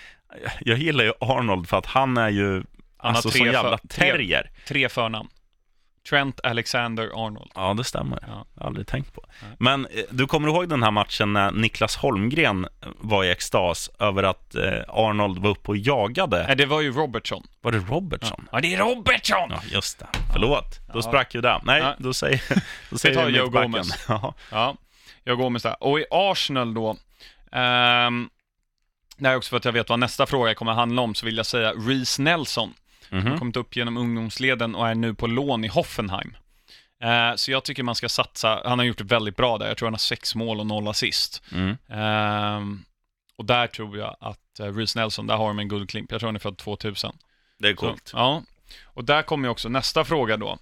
[SPEAKER 1] Arnold, för att han är ju alltså så jävla terrier.
[SPEAKER 3] Tre förnamn. Trent Alexander-Arnold.
[SPEAKER 1] Ja, det stämmer. Jag har aldrig tänkt på. Men du kommer ihåg den här matchen när Niklas Holmgren var i extas över att Arnold var uppe och jagade?
[SPEAKER 3] Nej, det var ju Robertson.
[SPEAKER 1] Var det Robertson?
[SPEAKER 3] Ja, det är Robertson!
[SPEAKER 1] Ja, just det. Förlåt. Då sprack ju det. Nej, då säger
[SPEAKER 3] jag Joe Gomez. Ja, Joe Gomez där. Och i Arsenal då, det är också för att jag vet vad nästa fråga kommer handla om, så vill jag säga Reece Nelson. Han har kommit upp genom ungdomsleden och är nu på lån i Hoffenheim. Så jag tycker man ska satsa. Han har gjort det väldigt bra där. Jag tror han har 6 mål och 0 assist. Och där tror jag att Reece Nelson, där har de en guldklimp. Jag tror han är född 2000.
[SPEAKER 1] Det är coolt.
[SPEAKER 3] Så, ja. Och där kommer ju också nästa fråga då.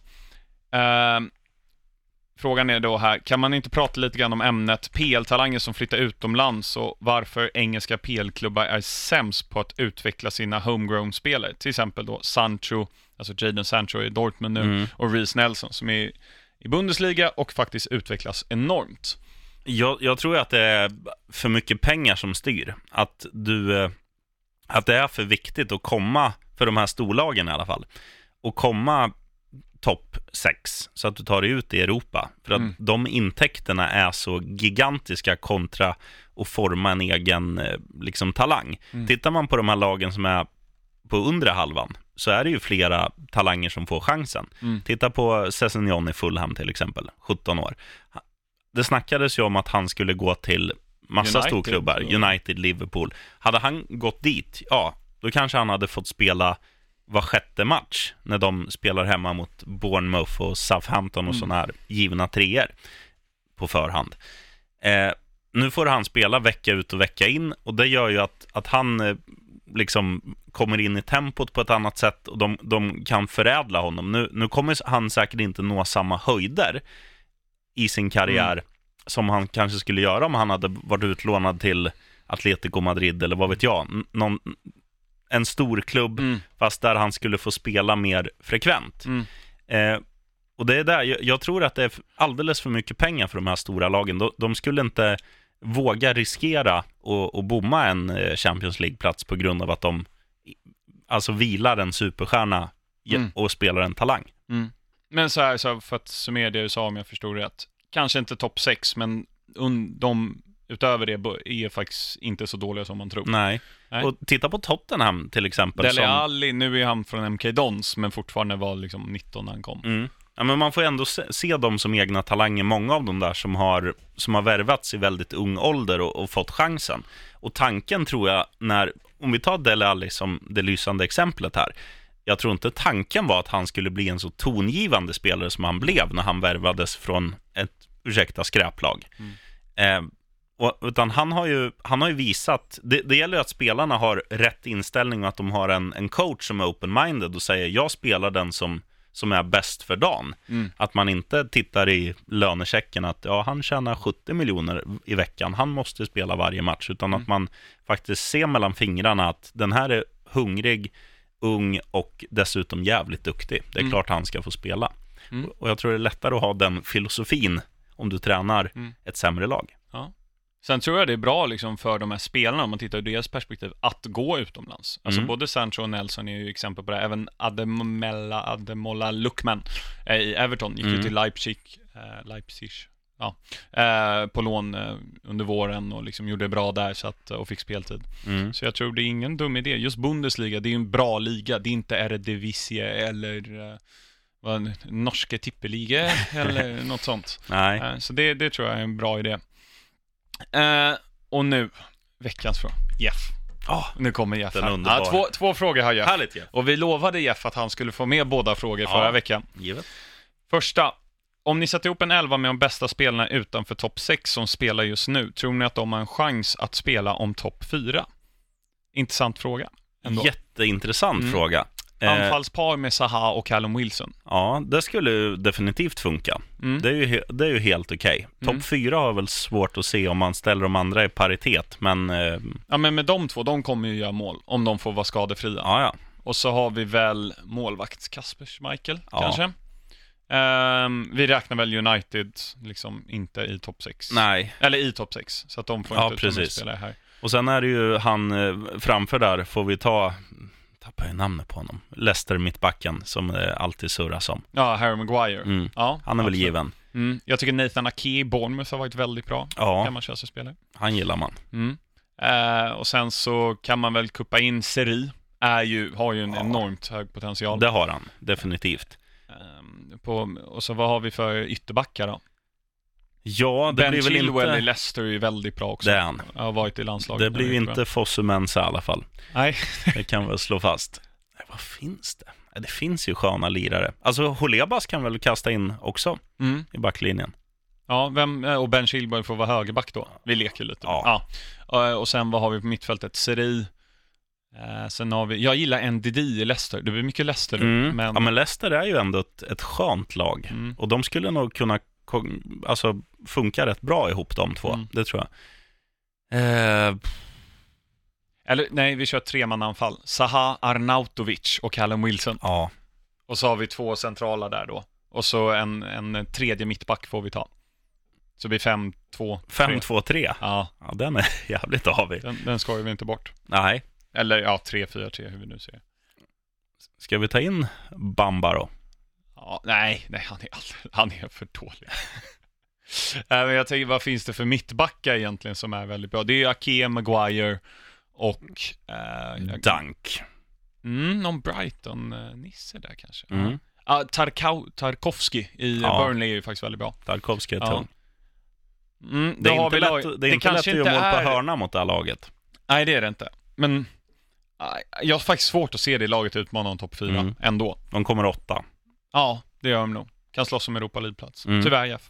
[SPEAKER 3] Frågan är då här, kan man inte prata lite grann om ämnet PL-talanger som flyttar utomlands och varför engelska PL-klubbar är sämst på att utveckla sina homegrown-spelare? Till exempel då Sancho, alltså Jadon Sancho i Dortmund nu, och Reece Nelson som är i Bundesliga och faktiskt utvecklas enormt.
[SPEAKER 1] Jag tror att det är för mycket pengar som styr. Att det är för viktigt att komma, för de här storlagen i alla fall, och komma topp 6 så att du tar dig ut i Europa, för att de intäkterna är så gigantiska kontra att forma en egen liksom talang. Tittar man på de här lagen som är på undre halvan, så är det ju flera talanger som får chansen. Titta på Sessegnon i Fulham till exempel, 17 år. Det snackades ju om att han skulle gå till massa storklubbar, United, Liverpool. Hade han gått dit, ja, då kanske han hade fått spela var sjätte match när de spelar hemma mot Bournemouth och Southampton och sådana här givna treor på förhand. Nu får han spela vecka ut och vecka in, och det gör ju att han liksom kommer in i tempot på ett annat sätt, och de kan förädla honom. Nu kommer han säkert inte nå samma höjder i sin karriär som han kanske skulle göra om han hade varit utlånad till Atletico Madrid eller vad vet jag, en stor klubb, fast där han skulle få spela mer frekvent. Och det är där jag tror att det är alldeles för mycket pengar för de här stora lagen. De skulle inte våga riskera och bomma en Champions League-plats på grund av att de alltså vilar en superstjärna och spelar en talang.
[SPEAKER 3] Men så här, så för att summera det du sa, om jag förstod rätt, kanske inte topp 6, men de utöver det är faktiskt inte så dåliga som man tror.
[SPEAKER 1] Nej. Och titta på Tottenham till exempel.
[SPEAKER 3] Dele Alli, nu är han från MK Dons, men fortfarande var liksom 19 när han kom.
[SPEAKER 1] Ja, men man får ändå se dem som egna talanger, många av dem där som har värvats i väldigt ung ålder och fått chansen. Och tanken tror jag, om vi tar Dele Alli som det lysande exemplet här, jag tror inte tanken var att han skulle bli en så tongivande spelare som han blev när han värvades från ett skräplag. Utan han har ju visat, det gäller ju att spelarna har rätt inställning och att de har en coach som är open-minded och säger jag spelar den som är bäst för dagen. Att man inte tittar i lönechecken att han tjänar 70 miljoner i veckan, han måste spela varje match, utan att man faktiskt ser mellan fingrarna att den här är hungrig, ung och dessutom jävligt duktig. Det är klart han ska få spela. Och jag tror det är lättare att ha den filosofin om du tränar ett sämre lag.
[SPEAKER 3] Ja. Sen tror jag det är bra liksom för de här spelarna, om man tittar ur deras perspektiv, att gå utomlands. Alltså både Sancho och Nelson är ju exempel på det. Även Ademola Lookman i Everton gick ju till Leipzig på lån under våren och liksom gjorde bra där och fick speltid. Så jag tror det är ingen dum idé. Just Bundesliga, det är ju en bra liga. Det är inte Eredivisie eller norske tippeliga eller något sånt.
[SPEAKER 1] Nej.
[SPEAKER 3] Så det tror jag är en bra idé. Och nu veckans fråga. Jeff. Nu kommer Jeff här. Två frågor har Jeff.
[SPEAKER 1] Härligt, Jeff.
[SPEAKER 3] Och vi lovade Jeff att han skulle få med båda frågor förra veckan.
[SPEAKER 1] Givet.
[SPEAKER 3] Första. Om ni sätter ihop en 11 med de bästa spelarna utanför topp 6 som spelar just nu, tror ni att de har en chans att spela om topp 4? Intressant fråga.
[SPEAKER 1] Jätteintressant fråga.
[SPEAKER 3] Anfallspar med Zaha och Callum Wilson. Ja,
[SPEAKER 1] det skulle ju definitivt funka. Det är ju helt okej. Topp 4 har väl svårt att se om man ställer de andra i paritet, men
[SPEAKER 3] men med de två, de kommer ju göra mål om de får vara skadefria.
[SPEAKER 1] Ja.
[SPEAKER 3] Och så har vi väl målvakt Kasper Schmeichel kanske. Vi räknar väl United liksom inte i topp 6.
[SPEAKER 1] Nej.
[SPEAKER 3] Eller i topp 6, så att de får inte spela här.
[SPEAKER 1] Och sen är det ju han framför där, får vi tappar jag namnet på honom. Leicester mittbacken som det alltid surras om.
[SPEAKER 3] Ja, Harry Maguire. Ja,
[SPEAKER 1] han är väl given.
[SPEAKER 3] Jag tycker Nathan Ake i Bournemouth har varit väldigt bra. Kan man köra sig spelare.
[SPEAKER 1] Han gillar man.
[SPEAKER 3] Och sen så kan man väl kuppa in Seri. Har ju en enormt hög potential.
[SPEAKER 1] Det har han, definitivt.
[SPEAKER 3] Och så vad har vi för ytterbackar då?
[SPEAKER 1] Ja, det
[SPEAKER 3] Ben
[SPEAKER 1] blir väl
[SPEAKER 3] Chilwell
[SPEAKER 1] inte...
[SPEAKER 3] i Leicester är ju väldigt bra också.
[SPEAKER 1] Det är han.
[SPEAKER 3] Jag har varit i landslaget.
[SPEAKER 1] Det blir ju inte Fosu Mensah i alla fall.
[SPEAKER 3] Nej.
[SPEAKER 1] Det kan vi slå fast. Vad finns det? Det finns ju sköna lirare. Alltså Holebas kan väl kasta in också i backlinjen.
[SPEAKER 3] Ja, och Ben Chilwell får vara högerback då. Vi leker lite. Ja. Och sen vad har vi på mittfältet? Seri. Sen har vi... Jag gillar NDD i Leicester. Det blir mycket Leicester.
[SPEAKER 1] Men Leicester är ju ändå ett skönt lag. Och de skulle nog kunna funka rätt bra ihop de två. Det tror jag.
[SPEAKER 3] Eller nej, vi kör 3-man-anfall. Zaha, Arnautovic och Callum Wilson.
[SPEAKER 1] Ja.
[SPEAKER 3] Och så har vi 2 centrala där då. Och så en tredje mittback får vi ta. Så blir 5-2-3.
[SPEAKER 1] 5-2-3?
[SPEAKER 3] Ja,
[SPEAKER 1] den är jävligt avig.
[SPEAKER 3] Den ska vi inte bort.
[SPEAKER 1] Nej.
[SPEAKER 3] Eller 3-4-3 hur vi nu ser.
[SPEAKER 1] Ska vi ta in Bamba då?
[SPEAKER 3] Ja, nej, han är för dålig. Men jag tänker, vad finns det för mittbackar egentligen som är väldigt bra? Det är Ake, Maguire och
[SPEAKER 1] Dunk.
[SPEAKER 3] Någon Brighton-nisse där kanske. Tarkovsky i Burnley är ju faktiskt väldigt bra.
[SPEAKER 1] Tarkovsky är tung.
[SPEAKER 3] Det är
[SPEAKER 1] inte lätt att göra mål på hörna mot det här laget.
[SPEAKER 3] Nej, det är det inte. Men Jag har faktiskt svårt att se det laget utmana en topp 4 ändå.
[SPEAKER 1] De kommer 8.
[SPEAKER 3] Ja, det gör de nog. Kan slåss om Europa League-plats. Tyvärr, Jeff.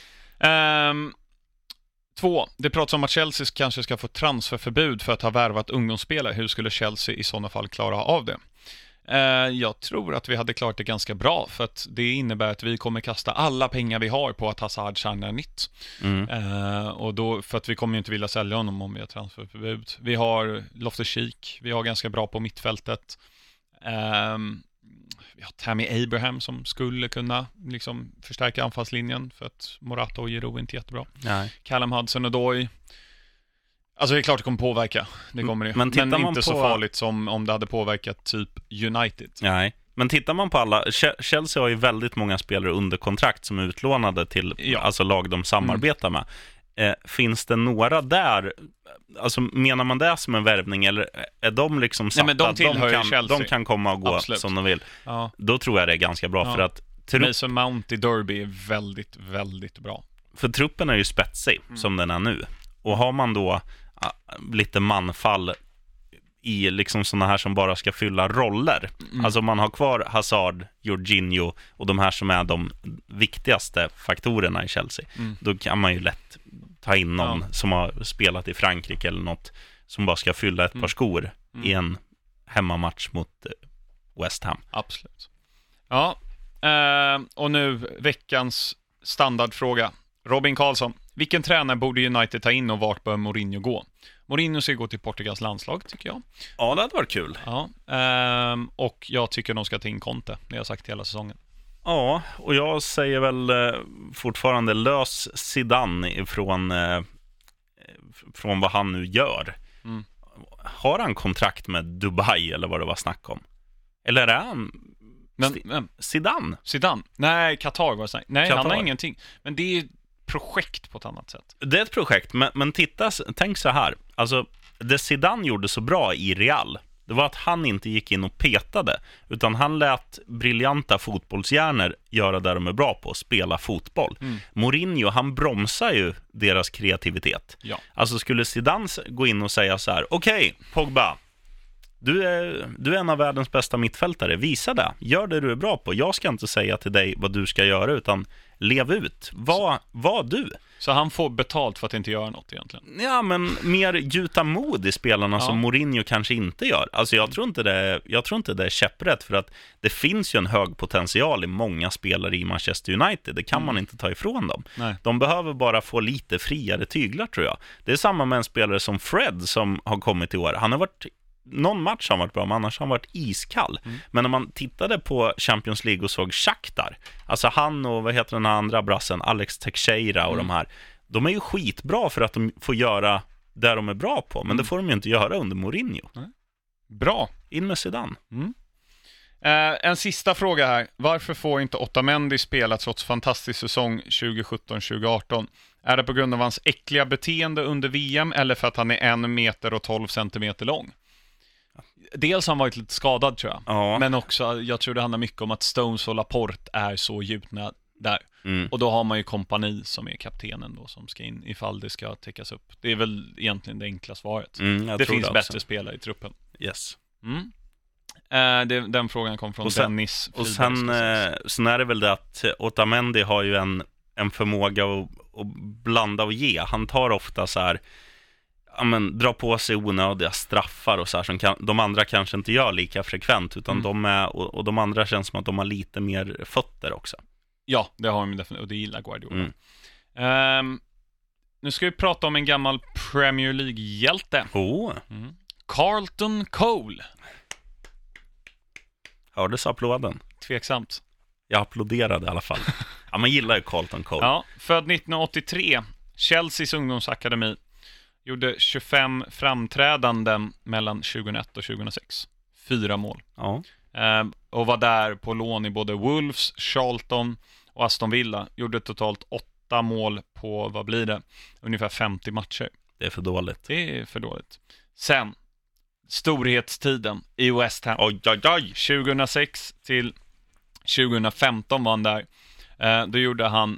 [SPEAKER 3] 2. Det pratas om att Chelsea kanske ska få transferförbud för att ha värvat ungdomsspelare. Hur skulle Chelsea i sådana fall klara av det? Jag tror att vi hade klarat det ganska bra, för att det innebär att vi kommer kasta alla pengar vi har på att Hazard signar nytt. Och då, för att vi kommer ju inte vilja sälja honom om vi har transferförbud. Vi har Loftus-Cheek, vi har ganska bra på mittfältet. Vi har Tammy Abraham som skulle kunna liksom förstärka anfallslinjen, för att Morata och Giroud är inte jättebra.
[SPEAKER 1] Nej.
[SPEAKER 3] Callum Hudson-Odoi. Alltså det är klart det kommer påverka. Det kommer det. Men inte så farligt som om det hade påverkat typ United.
[SPEAKER 1] Nej. Men tittar man på alla, Chelsea har ju väldigt många spelare under kontrakt som är utlånade till alltså lag de samarbetar med. Finns det några där, alltså menar man det som en värvning, eller är de liksom satta?
[SPEAKER 3] Nej, men
[SPEAKER 1] de kan komma och gå som de vill. Ja. Då tror jag det är ganska bra, för att
[SPEAKER 3] Mason Mount i Derby är väldigt, väldigt bra.
[SPEAKER 1] För truppen är ju spetsig som den är nu. Och har man då lite manfall i liksom såna här som bara ska fylla roller. Alltså man har kvar Hazard, Jorginho och de här som är de viktigaste faktorerna i Chelsea. Då kan man ju lätt ta in någon som har spelat i Frankrike eller något, som bara ska fylla ett par skor i en hemmamatch mot West Ham.
[SPEAKER 3] Absolut. Ja, och nu veckans standardfråga. Robin Karlsson. Vilken tränare borde United ta in och vart bör Mourinho gå? Mourinho ska gå till Portugals landslag, tycker jag.
[SPEAKER 1] Ja, det hade varit kul.
[SPEAKER 3] Ja, och jag tycker de ska ta in Conte. Det har jag sagt hela säsongen.
[SPEAKER 1] Ja, och jag säger väl fortfarande lös Zidane från vad han nu gör. Har han kontrakt med Dubai eller vad det var snack om? Eller är han... Zidane?
[SPEAKER 3] Nej, Qatar var det snack. Nej,
[SPEAKER 1] Qatar.
[SPEAKER 3] Han har ingenting. Men det är projekt på ett annat sätt.
[SPEAKER 1] Det är ett projekt, men tänk så här. Alltså, det Zidane gjorde så bra i Real, det var att han inte gick in och petade, utan han lät briljanta fotbollshjärnor göra det de är bra på, spela fotboll. Mourinho, han bromsar ju deras kreativitet.
[SPEAKER 3] Ja.
[SPEAKER 1] Alltså skulle Zidane gå in och säga så här: okej, Pogba, du är en av världens bästa mittfältare, visa det, gör det du är bra på. Jag ska inte säga till dig vad du ska göra, utan lev ut, var du.
[SPEAKER 3] Så han får betalt för att inte göra något egentligen?
[SPEAKER 1] Ja, men mer gjuta mod i spelarna som Mourinho kanske inte gör. Alltså jag tror inte det är käpprätt, för att det finns ju en hög potential i många spelare i Manchester United. Det kan man inte ta ifrån dem.
[SPEAKER 3] Nej.
[SPEAKER 1] De behöver bara få lite friare tyglar, tror jag. Det är samma med en spelare som Fred som har kommit i år. Han har varit... Någon match har varit bra, men annars har han varit iskall. Men när man tittade på Champions League och såg Shakhtar, alltså han och vad heter den andra brassen, Alex Teixeira och de här, de är ju skitbra för att de får göra det de är bra på, men det får de ju inte göra under Mourinho.
[SPEAKER 3] Bra.
[SPEAKER 1] In med Zidane.
[SPEAKER 3] En sista fråga här. Varför får inte Otamendi spela trots fantastisk säsong 2017-2018? Är det på grund av hans äckliga beteende under VM, eller för att han är 1 meter och 12 centimeter lång? Dels har han varit lite skadad, tror jag.
[SPEAKER 1] Ja.
[SPEAKER 3] Men också, jag tror det handlar mycket om att Stones och Laporte är så gjutna där. Och då har man ju Kompani som är kaptenen då, som ska in ifall det ska täckas upp. Det är väl egentligen det enkla svaret. Det finns bättre spelare i truppen.
[SPEAKER 1] Yes.
[SPEAKER 3] Den frågan kom från Dennis.
[SPEAKER 1] Och sen är det väl det att Otamendi har ju en förmåga att blanda och ge. Han tar ofta så här, dra på sig onödiga straffar och så här, som de andra kanske inte gör lika frekvent, utan de andra känns som att de har lite mer fötter också.
[SPEAKER 3] Ja, det har de definitivt, och det gillar Guardiola. Nu ska vi prata om en gammal Premier League-hjälte. Carlton Cole.
[SPEAKER 1] Hördes applåden?
[SPEAKER 3] Tveksamt.
[SPEAKER 1] Jag applåderade i alla fall. Ja, man gillar ju Carlton Cole.
[SPEAKER 3] Ja, född 1983, Chelseas ungdomsakademi. Gjorde 25 framträdanden mellan 2001 och 2006. 4 mål.
[SPEAKER 1] Ja.
[SPEAKER 3] Och var där på lån i både Wolves, Charlton och Aston Villa. Gjorde totalt 8 mål på, vad blir det? Ungefär 50 matcher.
[SPEAKER 1] Det är för dåligt.
[SPEAKER 3] Det är för dåligt. Sen, storhetstiden i West Ham. 2006 till 2015 var han där. Då gjorde han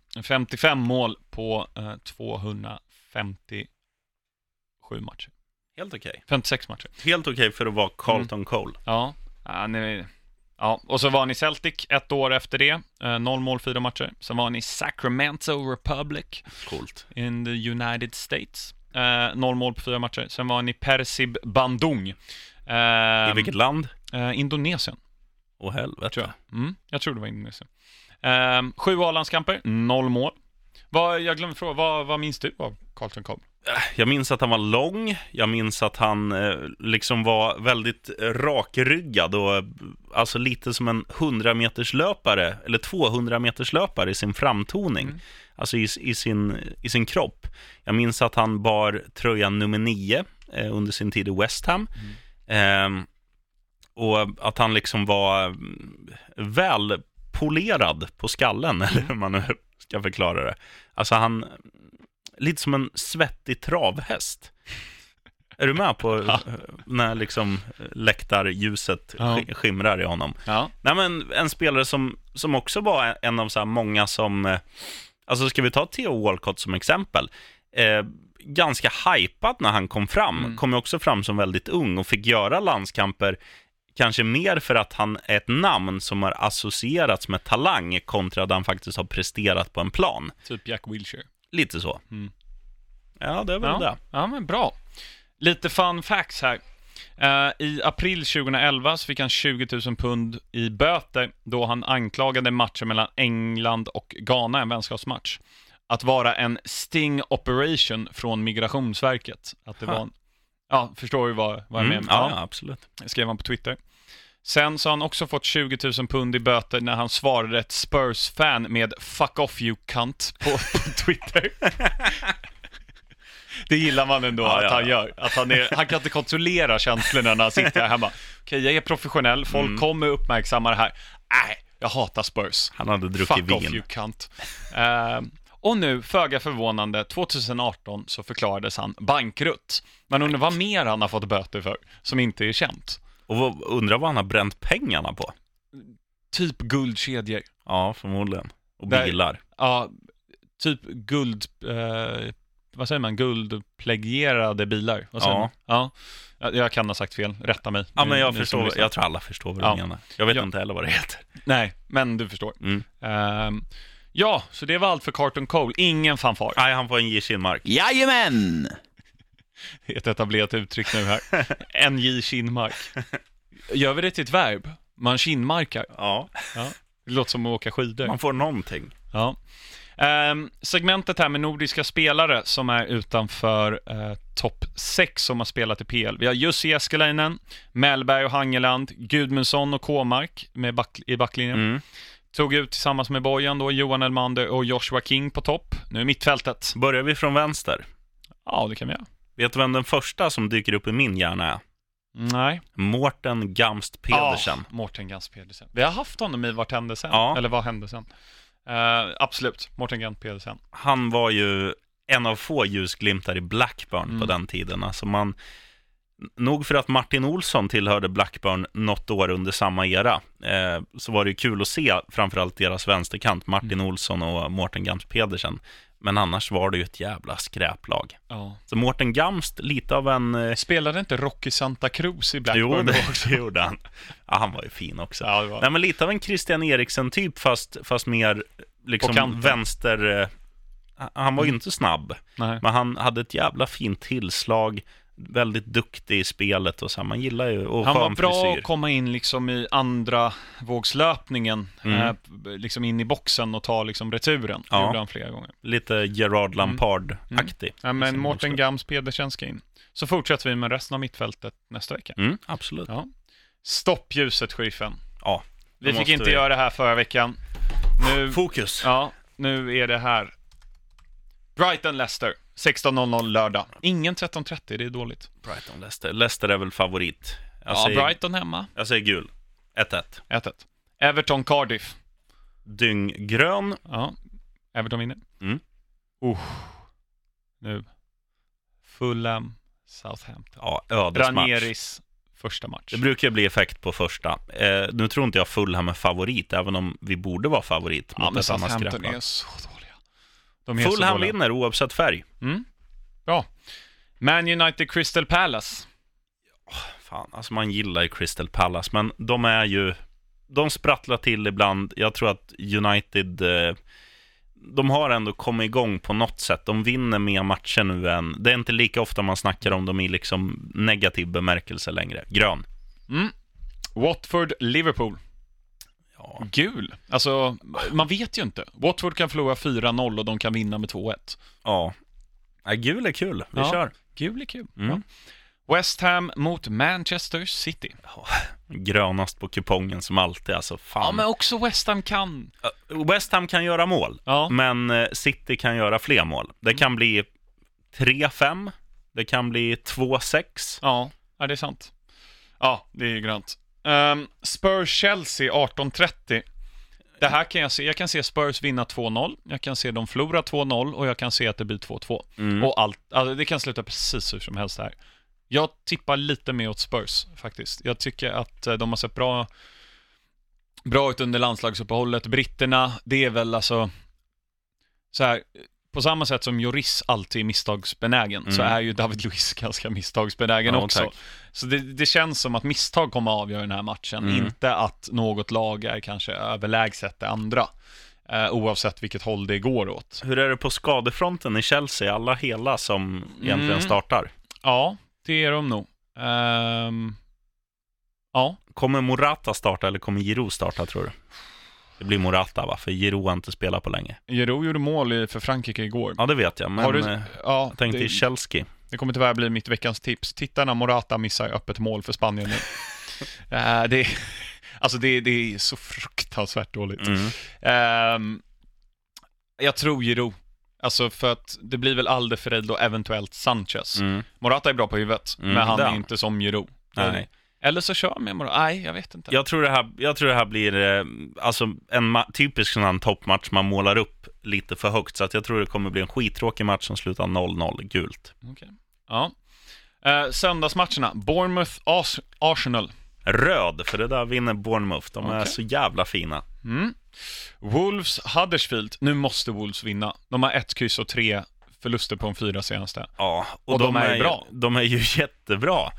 [SPEAKER 3] 55 mål på 257 matcher.
[SPEAKER 1] Helt okej.
[SPEAKER 3] 56 matcher.
[SPEAKER 1] Helt okej för att vara Carlton Cole.
[SPEAKER 3] Ja, ja, och så var han i Celtic ett år efter det. 0 mål, 4 matcher. Sen var han i Sacramento Republic.
[SPEAKER 1] Coolt.
[SPEAKER 3] In the United States. 0 mål på 4 matcher. Sen var han i Persib Bandung.
[SPEAKER 1] I vilket land?
[SPEAKER 3] Indonesien.
[SPEAKER 1] Åh helvete.
[SPEAKER 3] Tror jag. Jag tror det var Indonesien. 7 A-landskamper, 0 mål. Jag glömde fråga, vad minns du av Carlton Cole?
[SPEAKER 1] Jag minns att han var lång. Jag minns att han liksom var väldigt rakryggad och alltså lite som en 100-meterslöpare eller 200-meterslöpare i sin framtoning. Alltså i sin kropp. Jag minns att han bar tröjan nummer 9 under sin tid i West Ham. Och att han liksom var väl polerad på skallen, eller hur man nu ska förklara det. Alltså han, lite som en svettig travhäst. Är du med på när liksom läktarljuset skimrar i honom? Ja. Nej, men en spelare som också var en av så här många som, alltså ska vi ta Theo Walcott som exempel, ganska hypad när han kom fram. Kom ju också fram som väldigt ung och fick göra landskamper. Kanske mer för att han är ett namn som har associerats med talang kontra att han faktiskt har presterat på en plan.
[SPEAKER 3] Typ Jack Wilshere.
[SPEAKER 1] Lite så. Ja, det är väl det.
[SPEAKER 3] Ja, men bra. Lite fun facts här. I april 2011 så fick han 20 000 pund i böter då han anklagade matchen mellan England och Ghana, en vänskapsmatch, att vara en sting operation från Migrationsverket. Att det var en... Ja, förstår du vad jag menar?
[SPEAKER 1] Ja, absolut.
[SPEAKER 3] Skrev han på Twitter. Sen så har han också fått 20 000 pund i böter när han svarade ett Spurs-fan med "fuck off you cunt" på Twitter. Det gillar man ändå att han gör. Att han kan inte kontrollera känslorna när han sitter här hemma. Okej, jag är professionell. Folk kommer uppmärksamma det här. Nej, jag hatar Spurs.
[SPEAKER 1] Han hade druckit
[SPEAKER 3] fuck
[SPEAKER 1] vin.
[SPEAKER 3] Fuck off you cunt. Och nu, föga förvånande, 2018 så förklarades han bankrutt. Man undrar vad mer han har fått böter för som inte är känt.
[SPEAKER 1] Och undrar vad han har bränt pengarna på.
[SPEAKER 3] Typ guldkedjor.
[SPEAKER 1] Ja, förmodligen. Och bilar.
[SPEAKER 3] Ja, typ vad säger man? Guldplägerade bilar. Vad säger man? Ja. Jag kan ha sagt fel, rätta mig.
[SPEAKER 1] Ja, men jag tror alla förstår vad du menar. Jag vet inte heller vad det heter.
[SPEAKER 3] Nej, men du förstår. Ja, så det var allt för Carlton Cole. Ingen fanfar.
[SPEAKER 1] Nej, han får en J. Kinmark.
[SPEAKER 2] Jajamän!
[SPEAKER 3] Ett etablerat uttryck nu här. En J. Kinmark. Gör vi det till ett verb? Man kinmarkar.
[SPEAKER 1] Ja.
[SPEAKER 3] Det låter som att åka skidor.
[SPEAKER 1] Man får någonting.
[SPEAKER 3] Ja. Segmentet här med nordiska spelare som är utanför topp 6 som har spelat i PL. Vi har Jussi Eskeläinen, Mellberg och Hangeland, Gudmundsson och Kåmark i backlinjen. Tog ut tillsammans med Bojan då, Johan Elmander och Joshua King på topp. Nu är mittfältet.
[SPEAKER 1] Börjar vi från vänster?
[SPEAKER 3] Ja, det kan vi göra.
[SPEAKER 1] Vet du vem den första som dyker upp i min hjärna är?
[SPEAKER 3] Nej.
[SPEAKER 1] Mårten Gamst Pedersen.
[SPEAKER 3] Mårten Gamst Pedersen. Vi har haft honom i Vart hände sen?
[SPEAKER 1] Ja.
[SPEAKER 3] Eller vad hände sen? Absolut, Mårten Gamst Pedersen.
[SPEAKER 1] Han var ju en av få ljusglimtar i Blackburn på den tiden. Alltså nog för att Martin Olsson tillhörde Blackburn något år under samma era, så var det ju kul att se framförallt deras vänsterkant, Martin Olsson och Mårten Gamst Pedersen. Men annars var det ju ett jävla skräplag.
[SPEAKER 3] Ja.
[SPEAKER 1] Så Mårten Gamst, lite av en...
[SPEAKER 3] Spelade inte Rocky Santa Cruz i Blackburn?
[SPEAKER 1] Jo, det gjorde han. Ja, han var ju fin också.
[SPEAKER 3] Ja, det var.
[SPEAKER 1] Nej, men lite av en Christian Eriksen-typ, fast mer liksom vänster... Han var ju inte snabb.
[SPEAKER 3] Nej.
[SPEAKER 1] Men han hade ett jävla fint tillslag. Väldigt duktig i spelet och så. Man gillar ju att
[SPEAKER 3] han
[SPEAKER 1] ha
[SPEAKER 3] var
[SPEAKER 1] en
[SPEAKER 3] bra
[SPEAKER 1] frisyr.
[SPEAKER 3] att komma in liksom i andra vågslöpningen, liksom in i boxen och ta liksom returen. Det gjorde han flera gånger.
[SPEAKER 1] Lite Gerard Lampard-aktig.
[SPEAKER 3] Ja, men Mårten Gamst Pedersen ska in. Så fortsätter vi med resten av mittfältet nästa vecka.
[SPEAKER 1] Absolut.
[SPEAKER 3] Ja. Stoppljuset, sheriffen.
[SPEAKER 1] Ja.
[SPEAKER 3] Vi fick inte göra det här förra veckan. Nu,
[SPEAKER 1] fokus.
[SPEAKER 3] Ja, nu är det här. Brighton-Leicester. 16:00 lördag. Ingen 13:30, det är dåligt.
[SPEAKER 1] Brighton-Leicester. Leicester är väl favorit.
[SPEAKER 3] Brighton hemma.
[SPEAKER 1] Jag säger gul. 1-1.
[SPEAKER 3] 1-1. Everton-Cardiff.
[SPEAKER 1] Dynggrön.
[SPEAKER 3] Ja, Everton vinner. Nu. Fulham, Southampton.
[SPEAKER 1] Ja, ödesmatch.
[SPEAKER 3] Ranieris första match.
[SPEAKER 1] Det brukar bli effekt på första. Nu tror inte jag Fulham är favorit, även om vi borde vara favorit.
[SPEAKER 3] Ja, men Southampton är så dåliga.
[SPEAKER 1] Fulham vinner oavsett färg.
[SPEAKER 3] Bra. Man United Crystal Palace.
[SPEAKER 1] Fan, alltså man gillar ju Crystal Palace, men de sprattlar till ibland. Jag tror att United, de har ändå kommit igång på något sätt. De vinner mer matcher nu än, det är inte lika ofta man snackar om dem i liksom negativ bemärkelse längre. Grön.
[SPEAKER 3] Watford Liverpool.
[SPEAKER 1] Ja.
[SPEAKER 3] Gul. Alltså, man vet ju inte. Watford kan förlora 4-0 och de kan vinna med 2-1.
[SPEAKER 1] Ja. Gul är kul. Vi kör.
[SPEAKER 3] Gul är kul. Ja. West Ham mot Manchester City.
[SPEAKER 1] Grönast på kupongen som alltid, alltså fan.
[SPEAKER 3] Ja, men också West Ham kan.
[SPEAKER 1] West Ham kan göra mål, men City kan göra fler mål. Det kan bli 3-5, det kan bli 2-6.
[SPEAKER 3] Ja, det är sant. Ja, det är grönt. Spurs-Chelsea 18:30. Det här kan jag se. Jag kan se Spurs vinna 2-0. Jag kan se dem förlora 2-0 och jag kan se att det blir 2-2. Och alltså, det kan sluta precis hur som helst här. Jag tippar lite mer åt Spurs faktiskt. Jag tycker att de har sett bra ut under landslagsuppehållet. Britterna, det är väl alltså så här, på samma sätt som Lloris alltid är misstagsbenägen så är ju David Luiz ganska misstagsbenägen också. Tack. Så det känns som att misstag kommer att avgöra den här matchen, inte att något lag är kanske överlägset det andra. Oavsett vilket håll det går åt.
[SPEAKER 1] Hur är det på skadefronten i Chelsea? Alla hela som egentligen startar?
[SPEAKER 3] Ja, det är de nog. Ja.
[SPEAKER 1] Kommer Morata starta eller kommer Giroud starta, tror du? Det blir Morata, va? För Giroud har inte spelat på länge.
[SPEAKER 3] Giroud gjorde mål för Frankrike igår.
[SPEAKER 1] Ja, det vet jag. Men jag tänkte i Chelsea.
[SPEAKER 3] Det kommer tyvärr bli mitt veckans tips. Titta när Morata missar öppet mål för Spanien nu. Det är så fruktansvärt dåligt. Jag tror Giroud. Alltså för att det blir väl Alderweireld och eventuellt Sanchez. Morata är bra på huvudet, men han är inte som Giroud.
[SPEAKER 1] Nej.
[SPEAKER 3] Eller så kör med Morata. Nej, jag vet inte.
[SPEAKER 1] Jag tror det här blir alltså en typisk sån här toppmatch man målar upp lite för högt. Så att jag tror det kommer bli en skittråkig match som slutar 0-0 gult.
[SPEAKER 3] Okay. Ja. Söndagsmatcherna. Bournemouth Arsenal.
[SPEAKER 1] Röd, för det där vinner Bournemouth. De är så jävla fina.
[SPEAKER 3] Wolves Huddersfield. Nu måste Wolves vinna. De har 1 kryss och 3 förluster på de 4 senaste.
[SPEAKER 1] Ja, och de är bra. De är ju jättebra.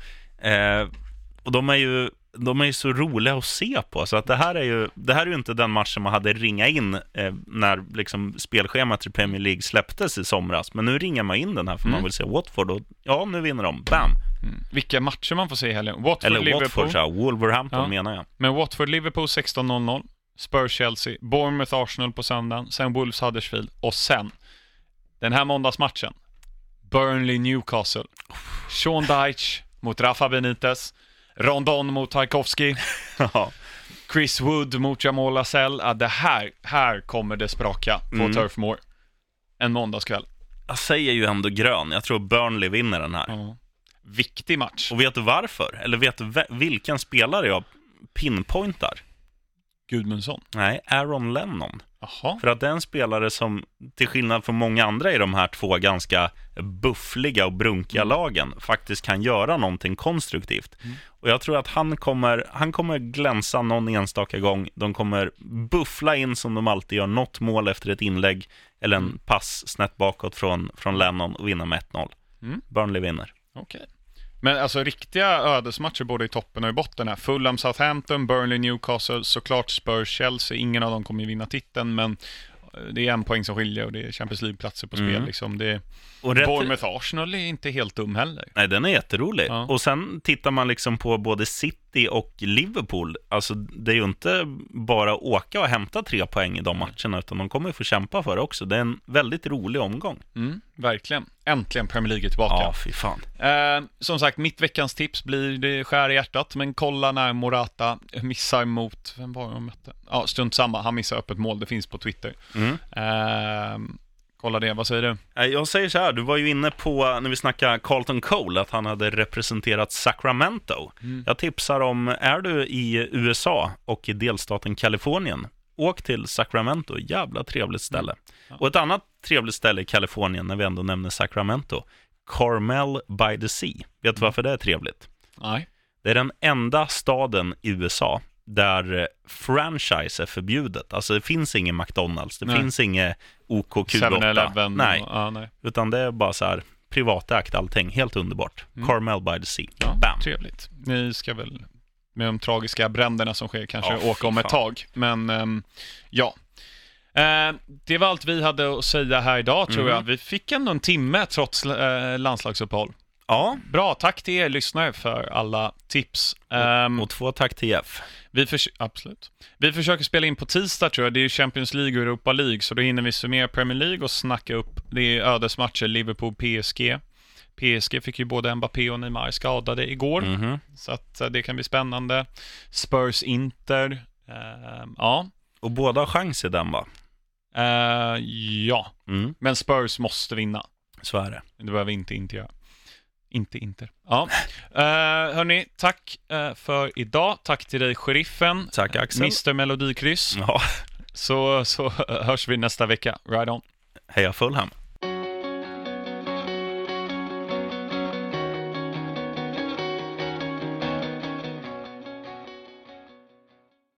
[SPEAKER 1] Och de är ju så roliga att se på. Så att det här är ju inte den matchen man hade ringa in när liksom spelschemat i Premier League släpptes i somras. Men nu ringar man in den här för man vill se Watford. Och ja, nu vinner de. Bam!
[SPEAKER 3] Vilka matcher man får se i helgen?
[SPEAKER 1] Watford, Wolverhampton menar jag.
[SPEAKER 3] Men Watford-Liverpool 16:00. Spurs-Chelsea. Bournemouth-Arsenal på söndagen. Sen Wolves-Huddersfield. Och sen den här måndagsmatchen. Burnley-Newcastle. Sean Dyche mot Rafa Benitez. Rondon mot Tarkovsky. Chris Wood mot Jamal Lascelles. Det här kommer det spraka på Turf Moor. En måndagskväll.
[SPEAKER 1] Jag säger ju ändå grön. Jag tror Burnley vinner den här.
[SPEAKER 3] Viktig match.
[SPEAKER 1] Och vet du varför? Eller vet du vilken spelare jag pinpointar?
[SPEAKER 3] Gudmundsson.
[SPEAKER 1] Nej, Aaron Lennon.
[SPEAKER 3] Aha.
[SPEAKER 1] För att det är en spelare som, till skillnad från många andra i de här två ganska buffliga och brunkiga lagen, faktiskt kan göra någonting konstruktivt. Och jag tror att han kommer glänsa någon enstaka gång. De kommer buffla in som de alltid gör, något mål efter ett inlägg eller en pass snett bakåt från Lennon och vinna med 1-0. Burnley vinner.
[SPEAKER 3] Okej. Men alltså riktiga ödesmatcher både i toppen och i botten här. Fulham, Southampton, Burnley, Newcastle, såklart Spurs, Chelsea. Ingen av dem kommer ju vinna titeln, men det är 1 poäng som skiljer och det är Champions League-platser på spel. Liksom. Bournemouth Arsenal är inte helt dum heller.
[SPEAKER 1] Nej, den är jätterolig. Ja. Och sen tittar man liksom på både City och Liverpool. Alltså det är ju inte bara åka och hämta 3 poäng i de matcherna, utan de kommer få kämpa för det också. Det är en väldigt rolig omgång.
[SPEAKER 3] Verkligen. Äntligen Premier League är tillbaka.
[SPEAKER 1] Ja, fy fan.
[SPEAKER 3] Som sagt, mitt veckans tips blir det skär i hjärtat. Men kolla när Morata missar mot... Vem var det de mötte? Ja, strunt samma. Han missar öppet mål. Det finns på Twitter. Kolla det, vad säger du?
[SPEAKER 1] Jag säger så här, du var ju inne på när vi snackade Carlton Cole att han hade representerat Sacramento. Jag tipsar om, är du i USA och i delstaten Kalifornien, åk till Sacramento, jävla trevligt ställe. Och ett annat trevligt ställe i Kalifornien när vi ändå nämner Sacramento, Carmel by the Sea. Vet du varför det är trevligt?
[SPEAKER 3] Nej.
[SPEAKER 1] Det är den enda staden i USA där franchise är förbjudet. Alltså det finns ingen McDonalds, det finns ingen OK Q8.
[SPEAKER 3] 7-Eleven.
[SPEAKER 1] Nej. Utan det är bara så här privatägt allting, helt underbart. Carmel by the Sea.
[SPEAKER 3] Ja,
[SPEAKER 1] Bam.
[SPEAKER 3] trevligt. Ni ska väl med de tragiska bränderna som sker kanske
[SPEAKER 1] Ja,
[SPEAKER 3] åka om ett
[SPEAKER 1] fan.
[SPEAKER 3] tag. Men ja. Det var allt vi hade att säga här idag, tror jag. Vi fick ändå en timme trots landslagsuppehåll.
[SPEAKER 1] Ja,
[SPEAKER 3] Bra, tack till er lyssnare för alla tips.
[SPEAKER 1] och 2 tack till Jeff.
[SPEAKER 3] Absolut. Vi försöker spela in på tisdag, tror jag. Det är Champions League och Europa League, så då hinner vi summera Premier League och snacka upp. Det är ödesmatcher, Liverpool-PSG. PSG fick ju både Mbappé och Neymar skadade igår, så att det kan bli spännande. Spurs-Inter. Ja.
[SPEAKER 1] Och båda har chans i den, va?
[SPEAKER 3] Ja. Men Spurs måste vinna.
[SPEAKER 1] Så är det.
[SPEAKER 3] Det behöver inte göra. Inte. Ja. Hörni, tack för idag. Tack till dig, sheriffen.
[SPEAKER 1] Tack, Axel.
[SPEAKER 3] Mr. Melodikryss.
[SPEAKER 1] Ja.
[SPEAKER 3] Så hörs vi nästa vecka. Right on.
[SPEAKER 1] Heja Fulham.